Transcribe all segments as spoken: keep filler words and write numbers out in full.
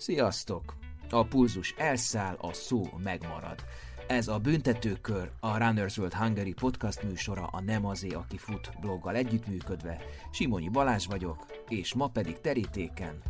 Sziasztok! A pulzus elszáll, a szó megmarad. Ez a Büntetőkör, a Runners World Hungary podcast műsora a Nem azé, aki fut bloggal együttműködve. Simonyi Balázs vagyok, és ma pedig terítéken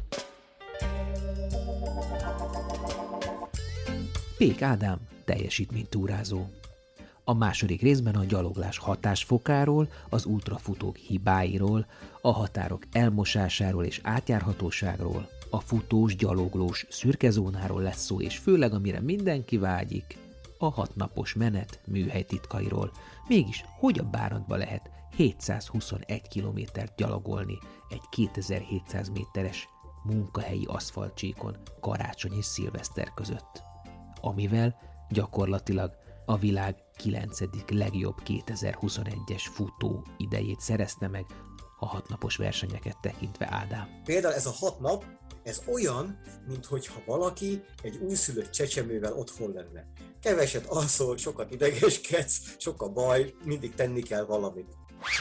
Pék Ádám teljesítménytúrázó. A második részben a gyaloglás hatásfokáról, az ultrafutók hibáiról, a határok elmosásáról és átjárhatóságról, a futós, gyaloglós szürkezónáról lesz szó, és főleg amire mindenki vágyik, a hatnapos menet műhely titkairól. Mégis, hogy a bánatba lehet hétszázhuszonegy kilométert gyalogolni egy kétezer-hétszáz méteres munkahelyi aszfaltcsíkon karácsony és szilveszter között, amivel gyakorlatilag a világ kilencedik legjobb kétezer-huszonegyes futó idejét szerezte meg a hatnapos versenyeket tekintve, Ádám. Például ez a hat nap, ez olyan, minthogyha valaki egy újszülött csecsemővel otthon lenne. Keveset alszol, sokat idegeskedsz, sok a baj, mindig tenni kell valamit.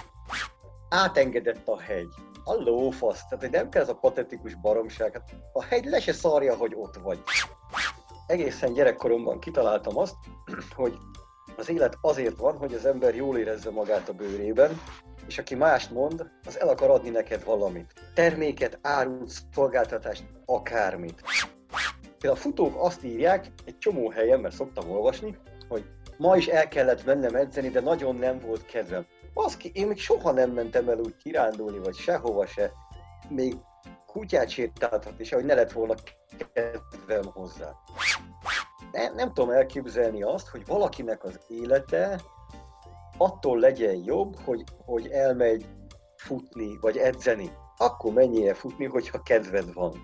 Átengedett a hegy. A lófasz, tehát nem kell ez a patetikus baromság. Hát a hegy le se szarja, hogy ott vagy. Egészen gyerekkoromban kitaláltam azt, hogy az élet azért van, hogy az ember jól érezze magát a bőrében, és aki mást mond, az el akar adni neked valamit. Terméket, árut, szolgáltatást, akármit. Például a futók azt írják egy csomó helyen, mert szoktam olvasni, hogy ma is el kellett mennem edzeni, de nagyon nem volt kedvem. Baszki, én még soha nem mentem el úgy kirándulni, vagy sehova se, még kutyát sétáltatni se, hogy ne lett volna kedvem hozzá. Nem, nem tudom elképzelni azt, hogy valakinek az élete attól legyen jobb, hogy, hogy elmegy futni, vagy edzeni. Akkor menjél futni, hogyha kedved van.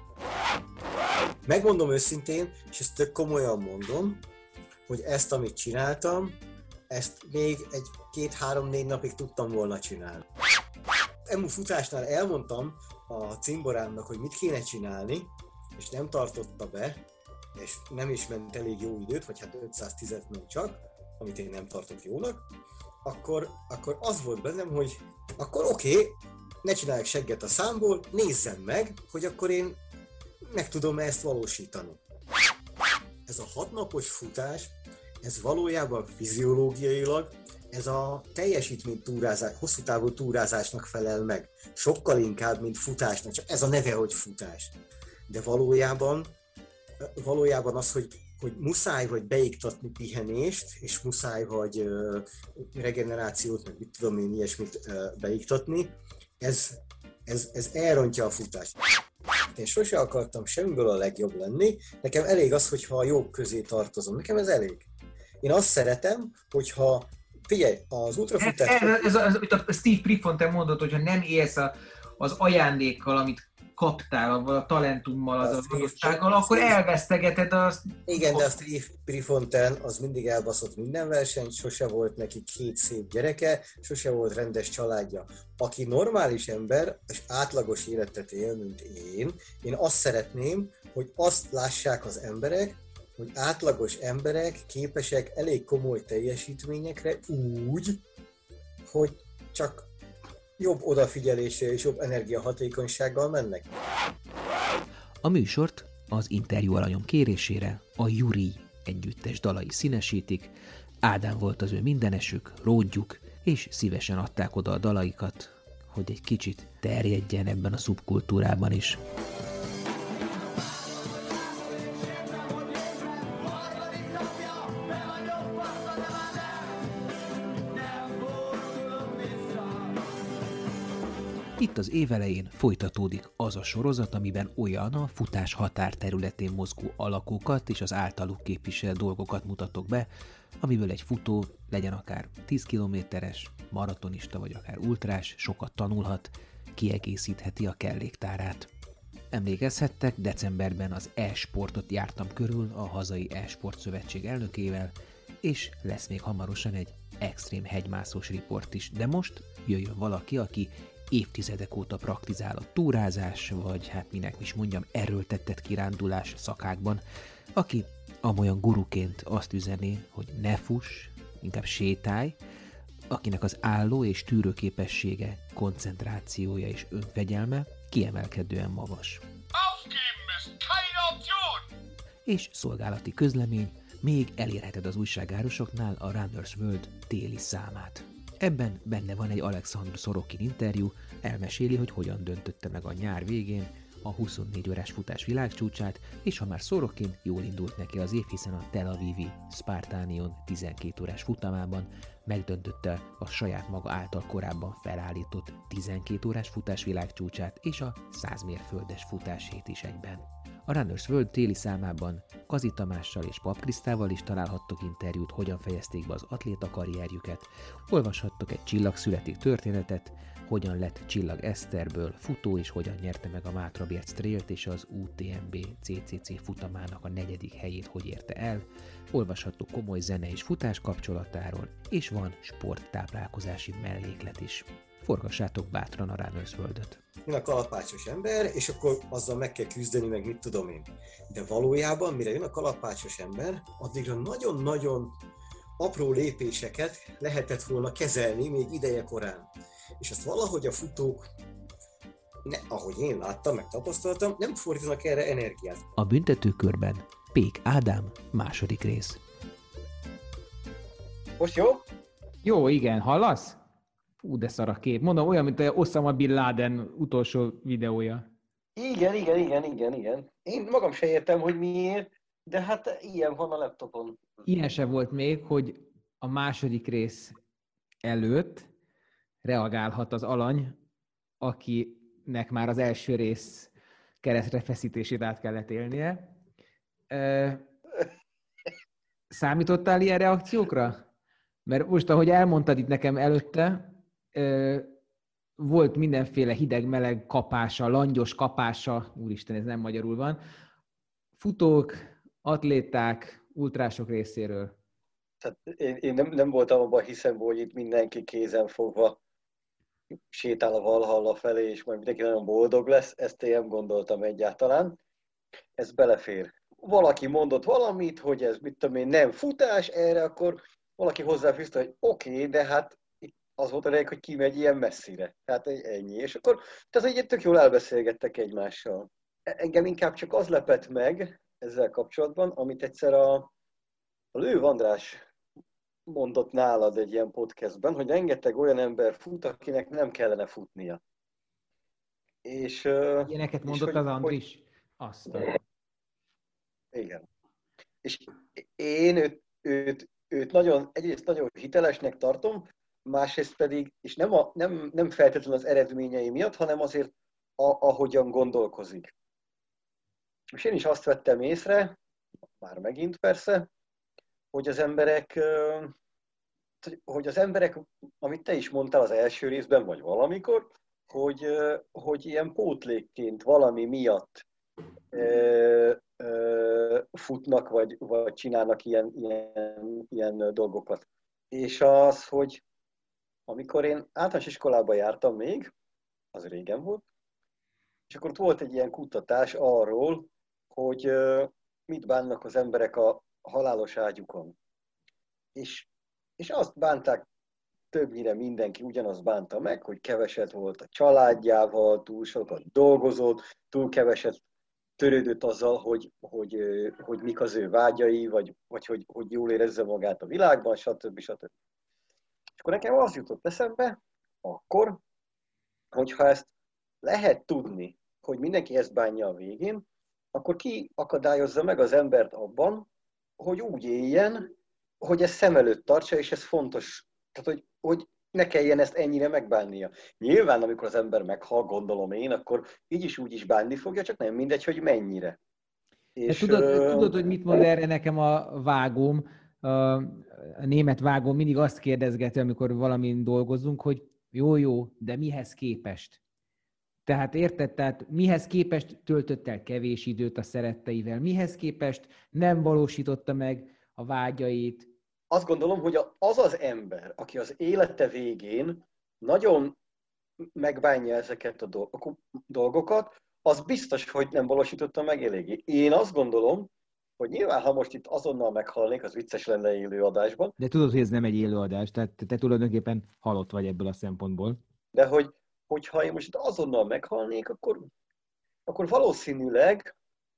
Megmondom őszintén, és ezt tök komolyan mondom, hogy ezt, amit csináltam, ezt még egy két-három-négy napig tudtam volna csinálni. Emu futásnál elmondtam a cimborámnak, hogy mit kéne csinálni, és nem tartotta be, és nem is ment elég jó időt, vagy hát ötszáztízet ment csak, amit én nem tartok jónak, akkor, akkor az volt bennem, hogy akkor oké, okay, ne csinálják segget a számból, nézzem meg, hogy akkor én meg tudom ezt valósítani. Ez a hatnapos futás, ez valójában fiziológiailag, ez a teljesítménytúrázás, hosszú távú túrázásnak felel meg. Sokkal inkább, mint futásnak, csak ez a neve, hogy futás. De valójában, valójában az, hogy, hogy muszáj vagy beiktatni pihenést, és muszáj vagy uh, regenerációt, meg mit tudom én, ilyesmit uh, beiktatni, ez, ez, ez elrontja a futást. Én sose akartam semmiből a legjobb lenni, nekem elég az, hogyha a jók közé tartozom. Nekem ez elég. Én azt szeretem, hogyha, figyelj, az ultrafutás... Ez, ez, ez, ez a Steve Prefontaine mondott, hogyha nem élsz a, az ajándékkal, amit kaptál, a talentummal, az adottsággal, akkor elvesztegeted azt. Igen, de a Steve Prefontaine az mindig elbaszott minden versenyt, sose volt neki két szép gyereke, sose volt rendes családja. Aki normális ember, és átlagos életet él, mint én, én azt szeretném, hogy azt lássák az emberek, hogy átlagos emberek képesek elég komoly teljesítményekre úgy, hogy csak jobb odafigyeléssel és jobb energiahatékonysággal mennek. A műsort az interjú alanyom kérésére a Yuri együttes dalai színesítik. Ádám volt az ő mindenesük, ródjuk, és szívesen adták oda a dalaikat, hogy egy kicsit terjedjen ebben a szubkultúrában is. Itt az évelején folytatódik az a sorozat, amiben olyan a futás határterületén mozgó alakókat és az általuk képviselt dolgokat mutatok be, amiből egy futó, legyen akár tíz kilométeres, maratonista vagy akár ultrás, sokat tanulhat, kiegészítheti a kelléktárát. Emlékezhettek, decemberben az e-sportot jártam körül a hazai e-sport szövetség elnökével, és lesz még hamarosan egy extrém hegymászós riport is, de most jöjjön valaki, aki évtizedek óta praktizál a túrázás, vagy hát minek is mondjam, erőltetett kirándulás szakákban, aki amolyan guruként azt üzeni, hogy ne fuss, inkább sétálj, akinek az álló és tűrőképessége, koncentrációja és önfegyelme kiemelkedően magas. Aufgeben ist keine Option! És szolgálati közlemény, még elérheted az újságárusoknál a Runner's World téli számát. Ebben benne van egy Alexandr Sorokin interjú, elmeséli, hogy hogyan döntötte meg a nyár végén a huszonnégy órás futás világcsúcsát, és ha már Sorokin, jól indult neki az év, hiszen a Tel Avivi Spartanion tizenkét órás futamában megdöntötte a saját maga által korábban felállított tizenkét órás futás világcsúcsát és a száz mérföldes futásét is egyben. A Runner's World téli számában Kazi Tamással és Pap Krisztával is találhattok interjút, hogyan fejezték be az atléta karrierjüket, olvashattok egy csillagszületik történetet, hogyan lett Csillag Eszterből futó, és hogyan nyerte meg a Mátrabérc Trailt és az u té em bé cé cé cé futamának a negyedik helyét hogy érte el, olvashattok komoly zene és futás kapcsolatáról, és van sporttáplálkozási melléklet is. Forgassátok bátran a Runner's World-öt. Én a kalapácsos ember, és akkor azzal meg kell küzdeni, meg mit tudom én. De valójában, mire jön a kalapácsos ember, addigra nagyon-nagyon apró lépéseket lehetett volna kezelni még ideje korán. És azt valahogy a futók, ne, ahogy én láttam, meg tapasztaltam, nem fordítanak erre energiát. A büntetőkörben Pék Ádám, második rész. Most jó? Jó, igen, hallasz? Fú, de szar a kép. Mondom, olyan, mint a Osama Bin Laden utolsó videója. Igen, igen, igen, igen, igen. Én magam se értem, hogy miért, de hát ilyen van a laptopon. Ilyen se volt még, hogy a második rész előtt reagálhat az alany, akinek már az első rész keresztre feszítését át kellett élnie. Számítottál ilyen reakciókra? Mert most, ahogy elmondtad itt nekem előtte, volt mindenféle hideg-meleg kapása, langyos kapása, úristen, ez nem magyarul van, futók, atléták, ultrások részéről. Tehát én, én nem, nem voltam abban hiszem, hogy itt mindenki kézen fogva sétál a Valhalla felé, és majd mindenki nagyon boldog lesz, ezt én nem gondoltam egyáltalán. Ez belefér. Valaki mondott valamit, hogy ez mit tudom én, nem futás, erre akkor valaki hozzáfűzte, hogy oké, okay, de hát az volt a lényeg, hogy kimegy ilyen messzire. Tehát ennyi. És akkor tehát így tök jól elbeszélgettek egymással. Engem inkább csak az lepett meg ezzel kapcsolatban, amit egyszer a, a Lőv András mondott nálad egy ilyen podcastben, hogy rengeteg olyan ember fut, akinek nem kellene futnia. És, ilyeneket és mondott hogy, az Andris? Azt. Igen. És én őt, őt, őt nagyon, egyrészt nagyon hitelesnek tartom, másrészt pedig, és nem, a, nem, nem feltétlenül az eredményei miatt, hanem azért, a, ahogyan gondolkozik. És én is azt vettem észre, már megint persze, hogy az emberek, hogy az emberek, amit te is mondtál az első részben, vagy valamikor, hogy, hogy ilyen pótlékként valami miatt futnak, vagy, vagy csinálnak ilyen, ilyen, ilyen dolgokat. És az, hogy amikor én általános iskolába jártam még, az régen volt, és akkor ott volt egy ilyen kutatás arról, hogy mit bánnak az emberek a halálos ágyukon. És, és azt bánták többnyire mindenki, ugyanazt bánta meg, hogy keveset volt a családjával, túl sokat dolgozott, túl keveset törődött azzal, hogy, hogy, hogy mik az ő vágyai, vagy, vagy hogy, hogy jól érezze magát a világban, stb. stb. És akkor nekem az jutott eszembe, akkor, hogyha ezt lehet tudni, hogy mindenki ezt bánja a végén, akkor ki akadályozza meg az embert abban, hogy úgy éljen, hogy ezt szem előtt tartsa, és ez fontos. Tehát, hogy, hogy ne kelljen ezt ennyire megbánnia. Nyilván, amikor az ember meghal, gondolom én, akkor így is úgy is bánni fogja, csak nem mindegy, hogy mennyire. És, tudod, uh... tudod, hogy mit mond erre nekem a vágóm? A német vágóm mindig azt kérdezgeti, amikor valamin dolgozunk, hogy jó, jó, de mihez képest? Tehát érted? Tehát mihez képest töltött el kevés időt a szeretteivel? Mihez képest nem valósította meg a vágyait? Azt gondolom, hogy az az ember, aki az élete végén nagyon megbánja ezeket a dolgokat, az biztos, hogy nem valósította meg eléggé. Én azt gondolom, hogy nyilván, ha most itt azonnal meghalnék, az vicces lenne élő adásban. De tudod, hogy ez nem egy élő adás, tehát te tulajdonképpen halott vagy ebből a szempontból. De hogy, hogyha én most itt azonnal meghalnék, akkor, akkor valószínűleg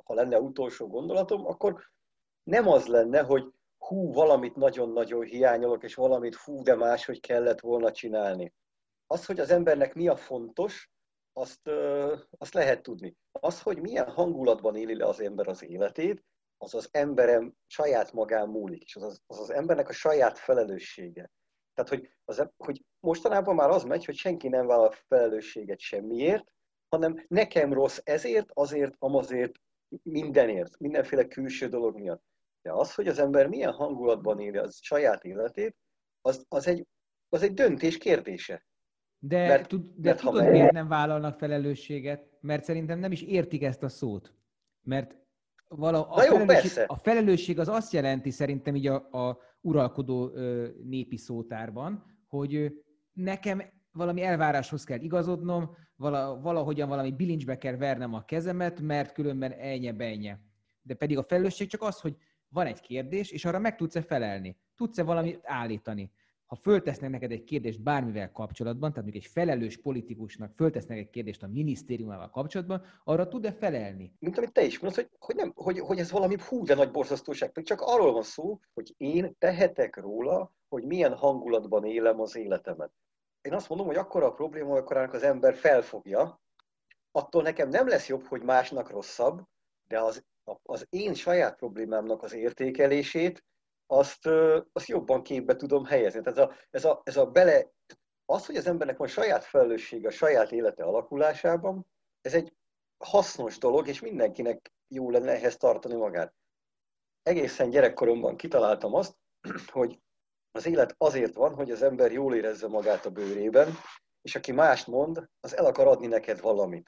ha lenne utolsó gondolatom, akkor nem az lenne, hogy hú, valamit nagyon-nagyon hiányolok, és valamit hú, de máshogy kellett volna csinálni. Az, hogy az embernek mi a fontos, azt, azt lehet tudni. Az, hogy milyen hangulatban éli le az ember az életét, az az emberem saját magán múlik, és az az, az, az embernek a saját felelőssége. Tehát, hogy, az, hogy mostanában már az megy, hogy senki nem vállal felelősséget semmiért, hanem nekem rossz ezért, azért, amazért, mindenért, mindenféle külső dolog miatt. De az, hogy az ember milyen hangulatban éli az saját életét, az, az, egy, az egy döntés kérdése. De, mert, tud, de mert tudod, ha miért nem vállalnak felelősséget? Mert szerintem nem is értik ezt a szót. Mert vala, a, Na jó, felelősség, persze. a felelősség az azt jelenti szerintem így a, a uralkodó ö, népi szótárban, hogy ö, nekem valami elváráshoz kell igazodnom, vala, valahogyan valami bilincsbe kell vernem a kezemet, mert különben ennye-benye. De pedig a felelősség csak az, hogy van egy kérdés, és arra meg tudsz-e felelni? Tudsz-e valamit állítani? Ha föltesznek neked egy kérdést bármivel kapcsolatban, tehát mondjuk egy felelős politikusnak föltesznek egy kérdést a minisztériumával kapcsolatban, arra tud-e felelni? Mint amit te is mondod, hogy, hogy, nem, hogy, hogy ez valami hú, de nagy borzasztóság. Csak arról van szó, hogy én tehetek róla, hogy milyen hangulatban élem az életemet. Én azt mondom, hogy akkora a probléma, amikor az ember felfogja, attól nekem nem lesz jobb, hogy másnak rosszabb, de az, az én saját problémámnak az értékelését, azt, azt jobban képbe tudom helyezni. Tehát ez a, ez, a, ez a bele, az, hogy az embernek van saját felelőssége a saját élete alakulásában, ez egy hasznos dolog, és mindenkinek jó lenne ehhez tartani magát. Egészen gyerekkoromban kitaláltam azt, hogy az élet azért van, hogy az ember jól érezze magát a bőrében, és aki mást mond, az el akar adni neked valamit.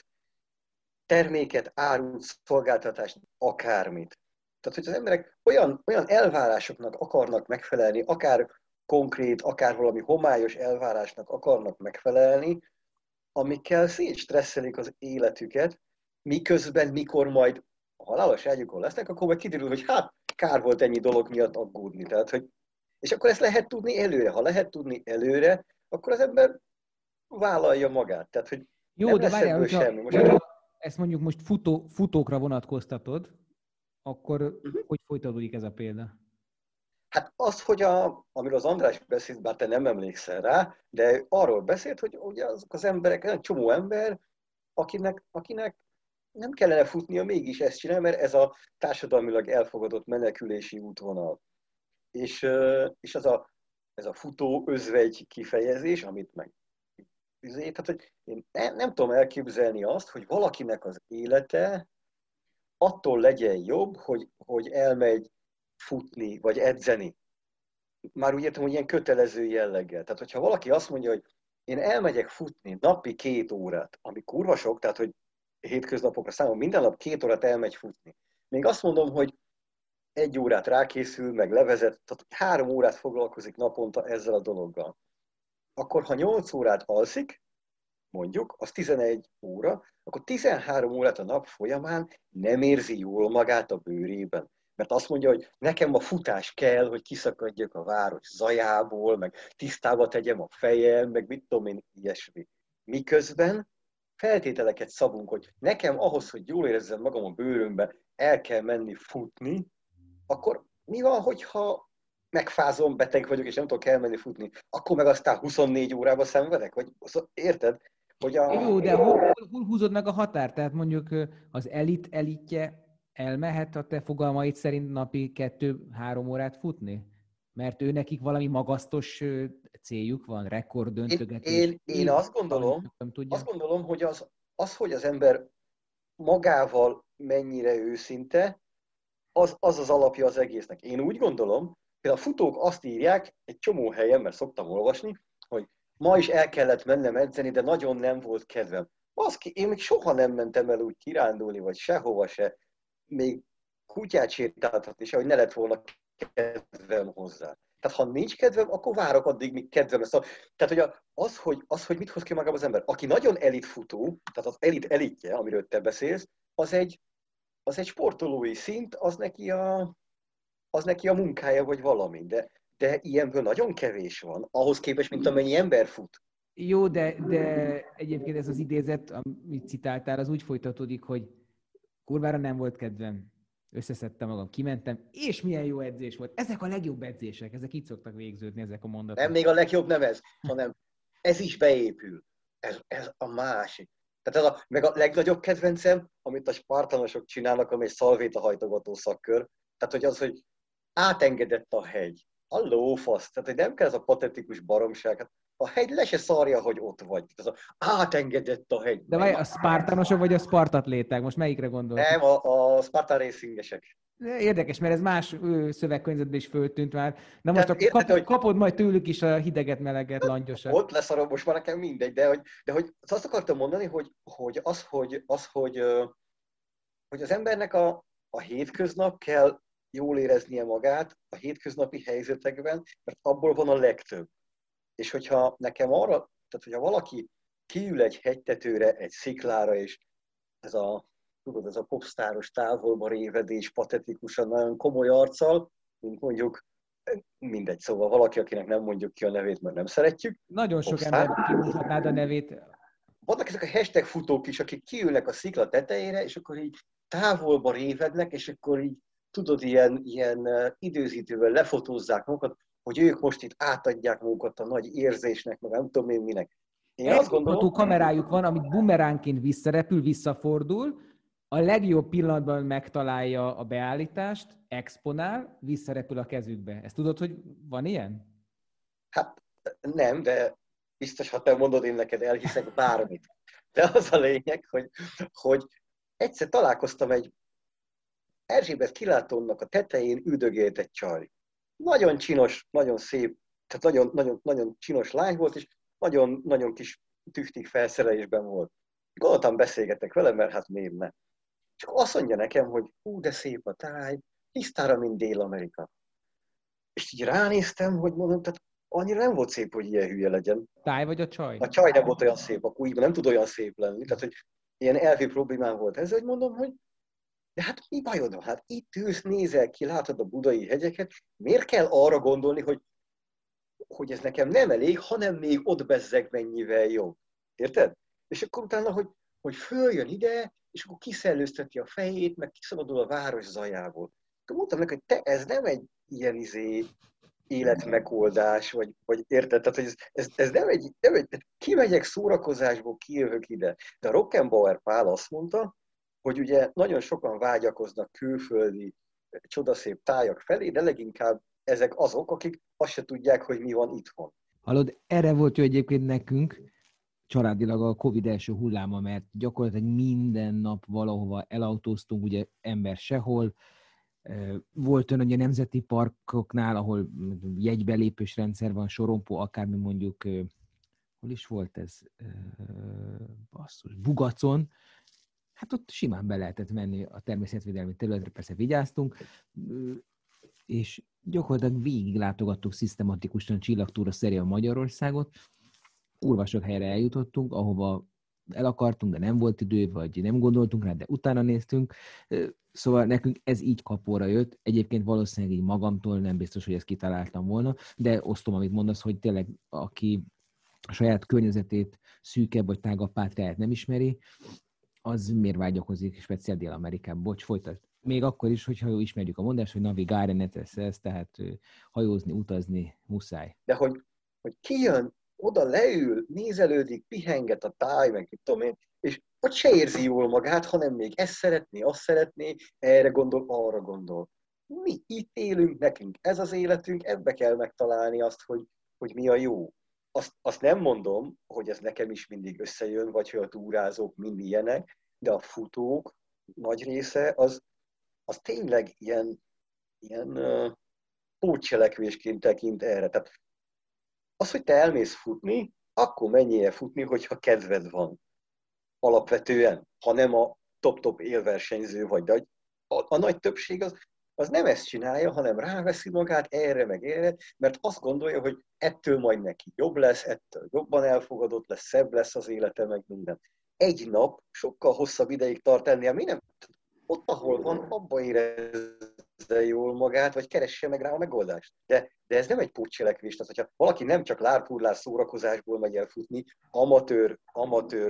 Terméket, árut, szolgáltatást, akármit. Tehát, hogy az emberek olyan, olyan elvárásoknak akarnak megfelelni, akár konkrét, akár valami homályos elvárásnak akarnak megfelelni, amikkel szétstresszelik az életüket, miközben, mikor majd a halálos ágyukon lesznek, akkor majd kiderül, hogy hát kár volt ennyi dolog miatt aggódni. Tehát, hogy, és akkor ezt lehet tudni előre. Ha lehet tudni előre, akkor az ember vállalja magát. Tehát, hogy jó, nem de lesz várjál, ebből hogyha, semmi. Most hogyha ezt mondjuk most futó, futókra vonatkoztatod, akkor uh-huh. hogy folytatódik ez a példa? Hát az, hogy a, amiről az András beszélt, bár te nem emlékszel rá, de arról beszélt, hogy ugye azok az emberek, egy csomó ember, akinek, akinek nem kellene futnia, mégis ezt csinál, mert ez a társadalmilag elfogadott menekülési útvonal. És, és az a, ez a futó özvegy kifejezés, amit meg... Tehát, hogy én nem, nem tudom elképzelni azt, hogy valakinek az élete attól legyen jobb, hogy, hogy elmegy futni, vagy edzeni. Már úgy értem, hogy ilyen kötelező jelleggel. Tehát, hogyha valaki azt mondja, hogy én elmegyek futni napi két órát, ami kurva sok, tehát, hogy hétköznapokra számom minden nap két órát elmegy futni. Még azt mondom, hogy egy órát rákészül, meg levezet, tehát három órát foglalkozik naponta ezzel a dologgal. Akkor, ha nyolc órát alszik, mondjuk, az tizenegy óra, akkor tizenhárom órát a nap folyamán nem érzi jól magát a bőrében. Mert azt mondja, hogy nekem a futás kell, hogy kiszakadjak a város zajából, meg tisztába tegyem a fejem, meg mit tudom én, ilyesmi. Miközben feltételeket szabunk, hogy nekem ahhoz, hogy jól érezzem magam a bőrömben, el kell menni futni, akkor mi van, hogyha megfázom, beteg vagyok, és nem tudok elmenni futni, akkor meg aztán huszonnégy órába szenvedek? Vagy, érted? Hogy a... Jó, de hol, hol, hol húzod meg a határ? Tehát mondjuk az elit elitje elmehet a te fogalmaid szerint napi kettő-három órát futni? Mert ő nekik valami magasztos céljuk van, rekorddöntögetés. Én, én, én azt gondolom, azt gondolom, hogy az, az, hogy az ember magával mennyire őszinte, az, az az alapja az egésznek. Én úgy gondolom, például a futók azt írják egy csomó helyen, mert szoktam olvasni, hogy ma is el kellett mennem edzeni, de nagyon nem volt kedvem. Baszki, én még soha nem mentem el úgy kirándulni, vagy sehova se, még kutyát sétáltatni se, hogy ne lett volna kedvem hozzá. Tehát ha nincs kedvem, akkor várok addig, míg kedvem lesz. Tehát hogy az, hogy, az, hogy mit hoz ki magába az ember. Aki nagyon elit futó, tehát az elit elitje, amiről te beszélsz, az egy, az egy sportolói szint, az neki a, az neki a munkája, vagy valami. De, de ilyenből nagyon kevés van, ahhoz képest, mint amennyi ember fut. Jó, de, de egyébként ez az idézet, amit citáltál, az úgy folytatódik, hogy Kurvára nem volt kedvem. Összeszedtem magam, kimentem, és milyen jó edzés volt. Ezek a legjobb edzések, ezek így szoktak végződni, ezek a mondatok. Nem, még a legjobb nem ez, hanem ez is beépül. Ez, ez a másik. Tehát ez a, meg a legnagyobb kedvencem, amit a spartanosok csinálnak, ami egy szalvétahajtogató szakkör. Tehát, hogy az, hogy átengedett a hegy. A lófasz. Tehát, hogy nem kell ez a patetikus baromság. Hát a hegy le se szarja, hogy ott vagy. Ez a átengedett a hegy. De vagy a szpartanosok vagy a spartatléták? Most melyikre gondolsz? Nem, a, a Spartan racingesek. Érdekes, mert ez más ő, szövegkörnyezetben is föltűnt már. Na most akkor érted, kap, hogy... kapod majd tőlük is a hideget, meleget, langyosat. Ott leszarom, most már nekem mindegy, de hogy, de hogy azt akartam mondani, hogy, hogy az, hogy, az, hogy, hogy az embernek a, a hétköznap kell jól éreznie magát a hétköznapi helyzetekben, mert abból van a legtöbb. És hogyha nekem arra, tehát hogyha valaki kiül egy hegytetőre, egy sziklára, és ez a, tudod, ez a popstáros távolba révedés patetikusan, nagyon komoly arccal, mint mondjuk, mindegy, szóval valaki, akinek nem mondjuk ki a nevét, mert nem szeretjük. Nagyon sok ember kimondhatnád a nevét. Vannak ezek a hashtag futók is, akik kiülnek a szikla tetejére, és akkor így távolba révednek, és akkor így, tudod, ilyen, ilyen időzítővel lefotózzák magukat, hogy ők most itt átadják magukat a nagy érzésnek, meg nem tudom én minek. Én azt gondolom... kamerájuk van, amit bumeránként visszarepül, visszafordul, a legjobb pillanatban megtalálja a beállítást, exponál, visszarepül a kezükbe. Ezt tudod, hogy van ilyen? Hát nem, de biztos, ha te mondod, én neked elhiszek bármit. De az a lényeg, hogy, hogy egyszer találkoztam egy Erzsébet kilátónak a tetején üldögélt egy csaj. Nagyon csinos, nagyon szép, tehát nagyon, nagyon, nagyon csinos lány volt, és nagyon, nagyon kis tüchtig felszerelésben volt. Gondoltam, beszélgetek vele, mert hát miért ne. Csak azt mondja nekem, hogy hú, de szép a táj, tisztára, mint Dél-Amerika. És így ránéztem, hogy mondom, tehát annyira nem volt szép, hogy ilyen hülye legyen. Táj vagy a csaj? A csaj nem volt olyan szép, akkor így nem tud olyan szép lenni. Tehát, hogy ilyen elvi problémám volt ezzel, hogy mondom, hogy de hát mi bajod van? Hát itt ülsz, nézel ki, látod a budai hegyeket, miért kell arra gondolni, hogy, hogy ez nekem nem elég, hanem még ott bezzeg mennyivel jobb. Érted? És akkor utána, hogy, hogy följön ide, és akkor kiszellőzteti a fejét, meg kiszabadul a város zajából. Akkor mondtam neki, hogy te, ez nem egy ilyen izé életmegoldás, vagy, vagy érted? Tehát, hogy ez, ez, ez nem egy, nem egy kimegyek szórakozásból, kijövök ide. De a Rockenbauer Pál azt mondta, hogy ugye nagyon sokan vágyakoznak külföldi csodaszép tájak felé, de leginkább ezek azok, akik azt se tudják, hogy mi van itthon. Hallod, erre volt jó egyébként nekünk, családilag a Covid első hulláma, mert gyakorlatilag minden nap valahova elautóztunk, ugye ember sehol. Volt olyan, hogy a nemzeti parkoknál, ahol jegybelépős rendszer van, sorompó, akármi mondjuk, hol is volt ez? Basszus, Bugacon. Hát ott simán be lehetett menni a természetvédelmi területre, persze vigyáztunk, és gyakorlatilag végig látogattuk szisztematikusan csillagtúra szerűen Magyarországot. Kurva sok helyre eljutottunk, ahova el akartunk, de nem volt idő, vagy nem gondoltunk rá, de utána néztünk. Szóval nekünk ez így kapóra jött. Egyébként valószínűleg így magamtól nem biztos, hogy ezt kitaláltam volna, de osztom, amit mondasz, hogy tényleg aki a saját környezetét szűkebb vagy tágabb pátriáját nem ismeri, az miért vágyakozik, speciál Dél-Amerikában. Bocs, folytasd. Még akkor is, hogyha jó, ismerjük a mondást, hogy navigare ne tesz ez, tehát hajózni, utazni muszáj. De hogy, hogy kijön, oda leül, nézelődik, pihenget a táj, meg mit tudom én, és ott se érzi jól magát, hanem még ezt szeretné, azt szeretné, erre gondol, arra gondol. Mi itt élünk, nekünk ez az életünk, ebbe kell megtalálni azt, hogy, hogy mi a jó. Azt, azt nem mondom, hogy ez nekem is mindig összejön, vagy hogy a túrázók mind ilyenek, de a futók nagy része az, az tényleg ilyen, ilyen uh, pótcselekvésként tekint erre. Tehát az, hogy te elmész futni, akkor menjél futni, hogyha kedved van. Alapvetően, ha nem a top-top élversenyző vagy. De a, a nagy többség az, az nem ezt csinálja, hanem ráveszi magát erre meg erre, mert azt gondolja, hogy ettől majd neki jobb lesz, ettől jobban elfogadott lesz, szebb lesz az élete, meg minden. Egy nap sokkal hosszabb ideig tart ennél, mi nem? Ott, ahol van, abba érezze jól magát, vagy keresse meg rá a megoldást. De, de ez nem egy pótcselekvés. Tehát, hogyha valaki nem csak lárpurlás szórakozásból megy el futni, amatőr, amatőr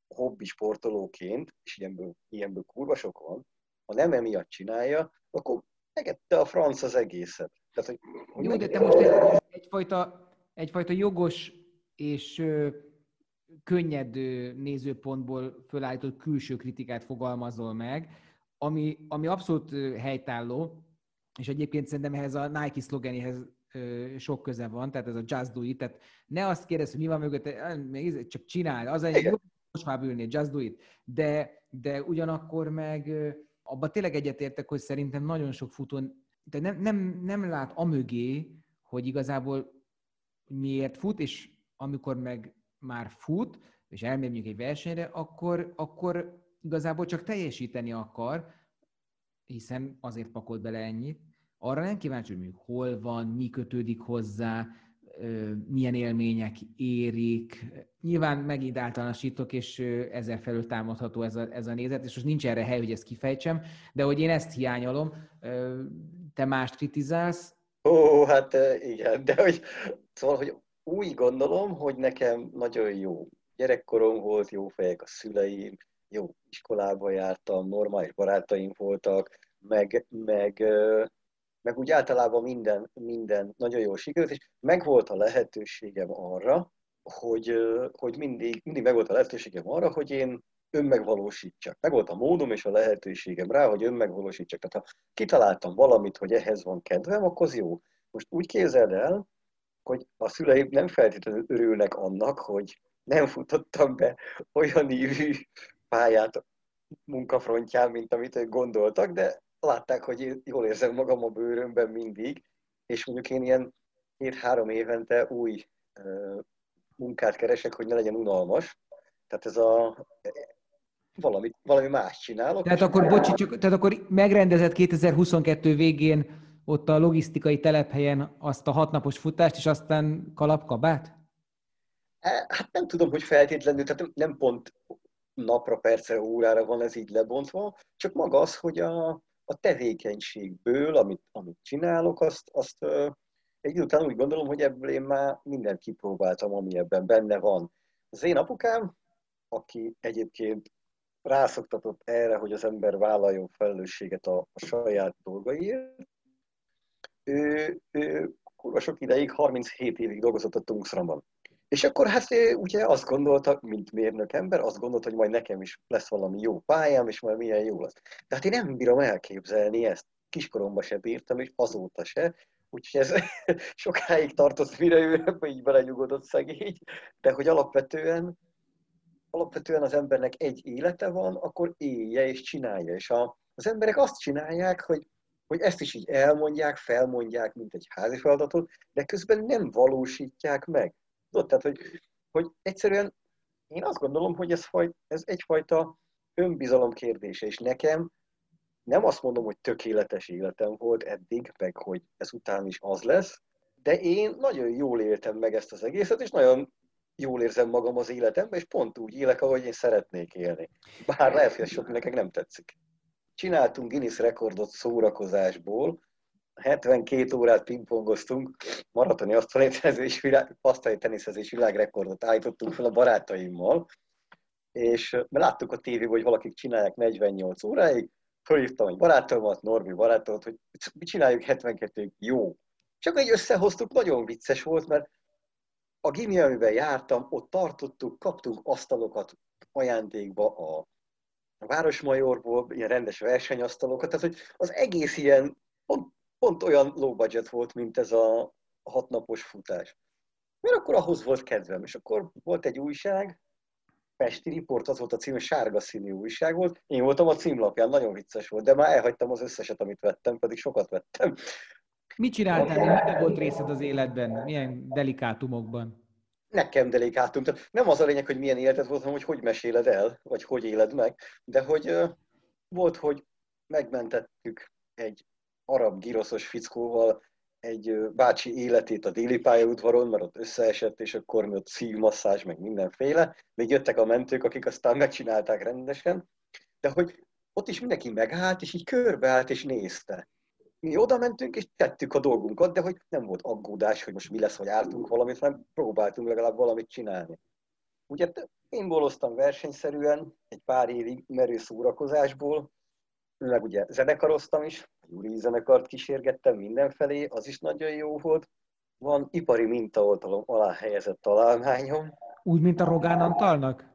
hobbi sportolóként, és ilyenből, ilyenből kurva sok van, ha nem emiatt csinálja, akkor megette a franc az egészet. Tehát, hogy, hogy Jó, meg... de te most egy, egyfajta, egyfajta jogos és ö, könnyed ö, nézőpontból fölállított külső kritikát fogalmazol meg, ami, ami abszolút ö, helytálló, és egyébként szerintem ehhez a Nike szlogenéhez ö, sok köze van, tehát ez a just do it, tehát ne azt kérdezz, hogy mi van mögött, csak csinálj, az egy jó, most már ülni, just do it, de, de ugyanakkor meg ö, abban tényleg egyetértek, hogy szerintem nagyon sok futón, de nem, nem, nem lát amögé, hogy igazából miért fut, és amikor meg már fut, és elmegy mondjuk egy versenyre, akkor, akkor igazából csak teljesíteni akar, hiszen azért pakolt bele ennyit. Arra nem kíváncsi, hogy mondjuk hol van, mi kötődik hozzá, milyen élmények érik. Nyilván megint általánosítok, és ezzel felül támadható ez a, ez a nézet, és most nincs erre hely, hogy ezt kifejtsem, de hogy én ezt hiányolom. Te mást kritizálsz? Ó, hát igen, de hogy, szóval, hogy úgy gondolom, hogy nekem nagyon jó gyerekkorom volt, jó fejek a szüleim, jó iskolába jártam, normális barátaim voltak, meg, meg, meg úgy általában minden, minden nagyon jól sikerült, és megvolt a lehetőségem arra, hogy, hogy mindig, mindig megvolt a lehetőségem arra, hogy én önmegvalósítsak. Megvolt a módom és a lehetőségem rá, hogy önmegvalósítsak. Tehát ha kitaláltam valamit, hogy ehhez van kedvem, akkor az jó. Most úgy képzeld el, hogy a szüleim nem feltétlenül örülnek annak, hogy nem futottam be olyan ívű pályát munkafrontján, mint amit ők gondoltak, de látták, hogy én jól érzem magam a bőrömben mindig, és mondjuk én ilyen két-három évente új uh, munkát keresek, hogy ne legyen unalmas. Tehát ez a valami, valami más csinálok. Tehát akkor, bocsi, csak, tehát akkor megrendezett kétezer-huszonkettő végén ott a logisztikai telephelyen azt a hatnapos futást, és aztán kalapkabát? Hát nem tudom, hogy feltétlenül, tehát nem pont napra, percre, órára van ez így lebontva, csak maga az, hogy a, a tevékenységből, amit, amit csinálok, azt, azt egy idő után úgy gondolom, hogy ebből én már mindent kipróbáltam, ami ebben benne van. Az én apukám, aki egyébként rászoktatott erre, hogy az ember vállaljon felelősséget a, a saját dolgaiért, ő, ő kurva sok ideig, harminchét évig dolgozott a Tungsramban. És akkor hát ugye azt gondolta, mint mérnök ember, azt gondolta, hogy majd nekem is lesz valami jó pályám, és majd milyen jó lesz. Tehát én nem bírom elképzelni ezt. Kiskoromban se bírtam, és azóta se. Úgyhogy ez sokáig tartott, mire ő ebbe így belenyugodott szegény. De hogy alapvetően, alapvetően az embernek egy élete van, akkor élje és csinálja. És a, az emberek azt csinálják, hogy hogy ezt is így elmondják, felmondják, mint egy házi feladatot, de közben nem valósítják meg. Tudod, tehát, hogy, hogy egyszerűen én azt gondolom, hogy ez, ez egyfajta önbizalom kérdése, és nekem nem azt mondom, hogy tökéletes életem volt eddig, meg hogy ezután is az lesz, de én nagyon jól éltem meg ezt az egészet, és nagyon jól érzem magam az életemben, és pont úgy élek, ahogy én szeretnék élni. Bár lehet, hogy ez sok nektek nem tetszik. Csináltunk Guinness rekordot szórakozásból, hetvenkét órát pingpongoztunk, maratoni asztali teniszezés világrekordot állítottunk fel a barátaimmal, és mert láttuk a tévében, hogy valakik csinálják negyvennyolc óráig, fölhívtam egy barátomat, Norbi barátomat, hogy mi csináljuk hetvenkettőig, jó. Csak így összehoztuk, nagyon vicces volt, mert a gimi, amiben jártam, ott tartottuk, kaptunk asztalokat ajándékba a a Városmajorból, ilyen rendes versenyasztalokat, tehát hogy az egész ilyen pont, pont olyan low budget volt, mint ez a hatnapos futás. Mert akkor ahhoz volt kedvem, és akkor volt egy újság, Pesti Riport, az volt a cím, sárga színű újság volt, én voltam a címlapján, nagyon vicces volt, de már elhagytam az összeset, amit vettem, pedig sokat vettem. Mit csináltál? Milyen volt részed az életben? Milyen delikátumokban? Nekem delikátum. Tehát nem az a lényeg, hogy milyen életed volt, hanem hogy hogy meséled el, vagy hogy éled meg, de hogy uh, volt, hogy megmentettük egy arab giroszos fickóval egy uh, bácsi életét a déli pályaudvaron, mert ott összeesett, és akkor mi ott szívmasszázs, meg mindenféle. Még jöttek a mentők, akik aztán megcsinálták rendesen, de hogy ott is mindenki megállt, és így körbeállt, és nézte. Mi oda mentünk, és tettük a dolgunkat, de hogy nem volt aggódás, hogy most mi lesz, hogy ártunk valamit, hanem próbáltunk legalább valamit csinálni. Ugye én boloztam versenyszerűen egy pár évig merő szórakozásból, meg ugye zenekaroztam is, a Júri zenekart kísérgettem mindenfelé, az is nagyon jó volt. Van ipari mintaoltalom alá helyezett találmányom. Úgy, mint a Rogán Antalnak?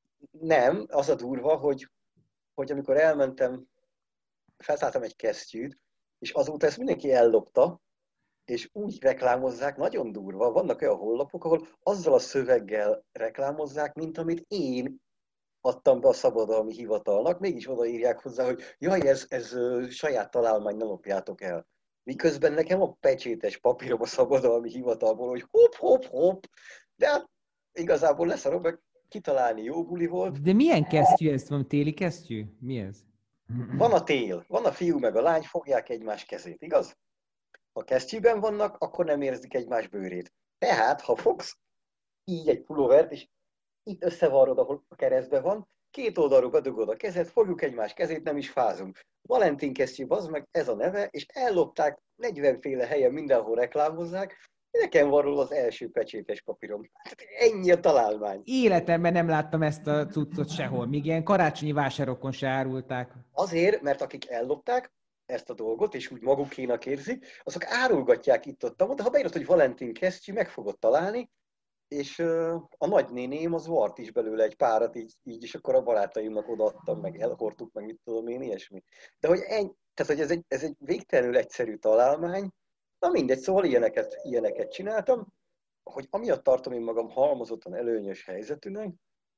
Nem, az a durva, hogy, hogy amikor elmentem, felszálltam egy kesztyűt, és azóta ezt mindenki ellopta, és úgy reklámozzák, nagyon durva, vannak olyan honlapok, ahol azzal a szöveggel reklámozzák, mint amit én adtam be a szabadalmi hivatalnak, mégis odaírják hozzá, hogy jaj, ez, ez saját találmány, ne lopjátok el. Miközben nekem a pecsétes papírom a szabadalmi hivatalból, hogy hopp, hopp, hopp, de hát igazából leszarom, meg kitalálni jó buli volt. De milyen kesztyű ez? Van téli kesztyű? Mi ez? Van a tél, van a fiú meg a lány, fogják egymás kezét, igaz? Ha kesztyűben vannak, akkor nem érzik egymás bőrét. Tehát, ha fogsz így egy pulóvert, és itt összevarrod, ahol a keresztben van, két oldalról bedugod a kezed, fogjuk egymás kezét, nem is fázunk. Valentin kesztyű, az meg ez a neve, és ellopták, negyvenféle helyen mindenhol reklámozzák, nekem van róla az első pecsétes papírom. Ennyi a találmány. Életemben nem láttam ezt a cuccot sehol, míg ilyen karácsonyi vásárokon se árulták. Azért, mert akik ellopták ezt a dolgot, és úgy magukénak érzik, azok árulgatják itt-ott, de ha beírod, hogy Valentin kesztyű, meg fogod találni, és uh, a nagynéném az vart is belőle egy párat, így, így és akkor a barátaimnak odaadtam, meg elhordtuk, meg mit tudom én, ilyesmi. De hogy, ennyi, tehát, hogy ez, egy, ez egy végtelenül egyszerű találmány, na mindegy, szóval ilyeneket, ilyeneket csináltam, hogy amiatt tartom én magam halmozottan előnyös helyzetűnek,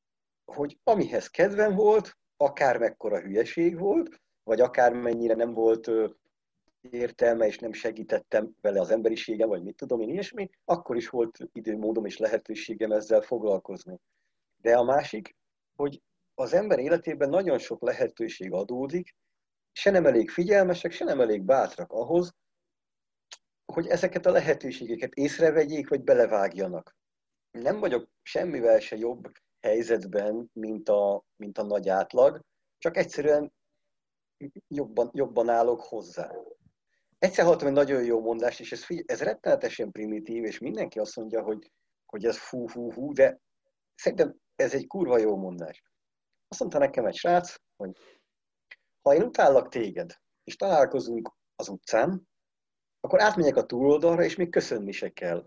hogy amihez kedvem volt, akár mekkora hülyeség volt, vagy akár mennyire nem volt uh, értelme, és nem segítettem vele az emberiségem, vagy mit tudom én ilyesmi, akkor is volt időmódom és lehetőségem ezzel foglalkozni. De a másik, hogy az ember életében nagyon sok lehetőség adódik, se nem elég figyelmesek, se nem elég bátrak ahhoz, hogy ezeket a lehetőségeket észrevegyék, vagy belevágjanak. Nem vagyok semmivel se jobb helyzetben, mint a, mint a nagy átlag, csak egyszerűen jobban, jobban állok hozzá. Egyszer hallottam egy nagyon jó mondást, és ez, ez rettenetesen primitív, és mindenki azt mondja, hogy, hogy ez fú, fú, fú, de szerintem ez egy kurva jó mondás. Azt mondta nekem egy srác, hogy ha én utállak téged, és találkozunk az utcán, akkor átmegyek a túloldalra, és még köszönni se kell.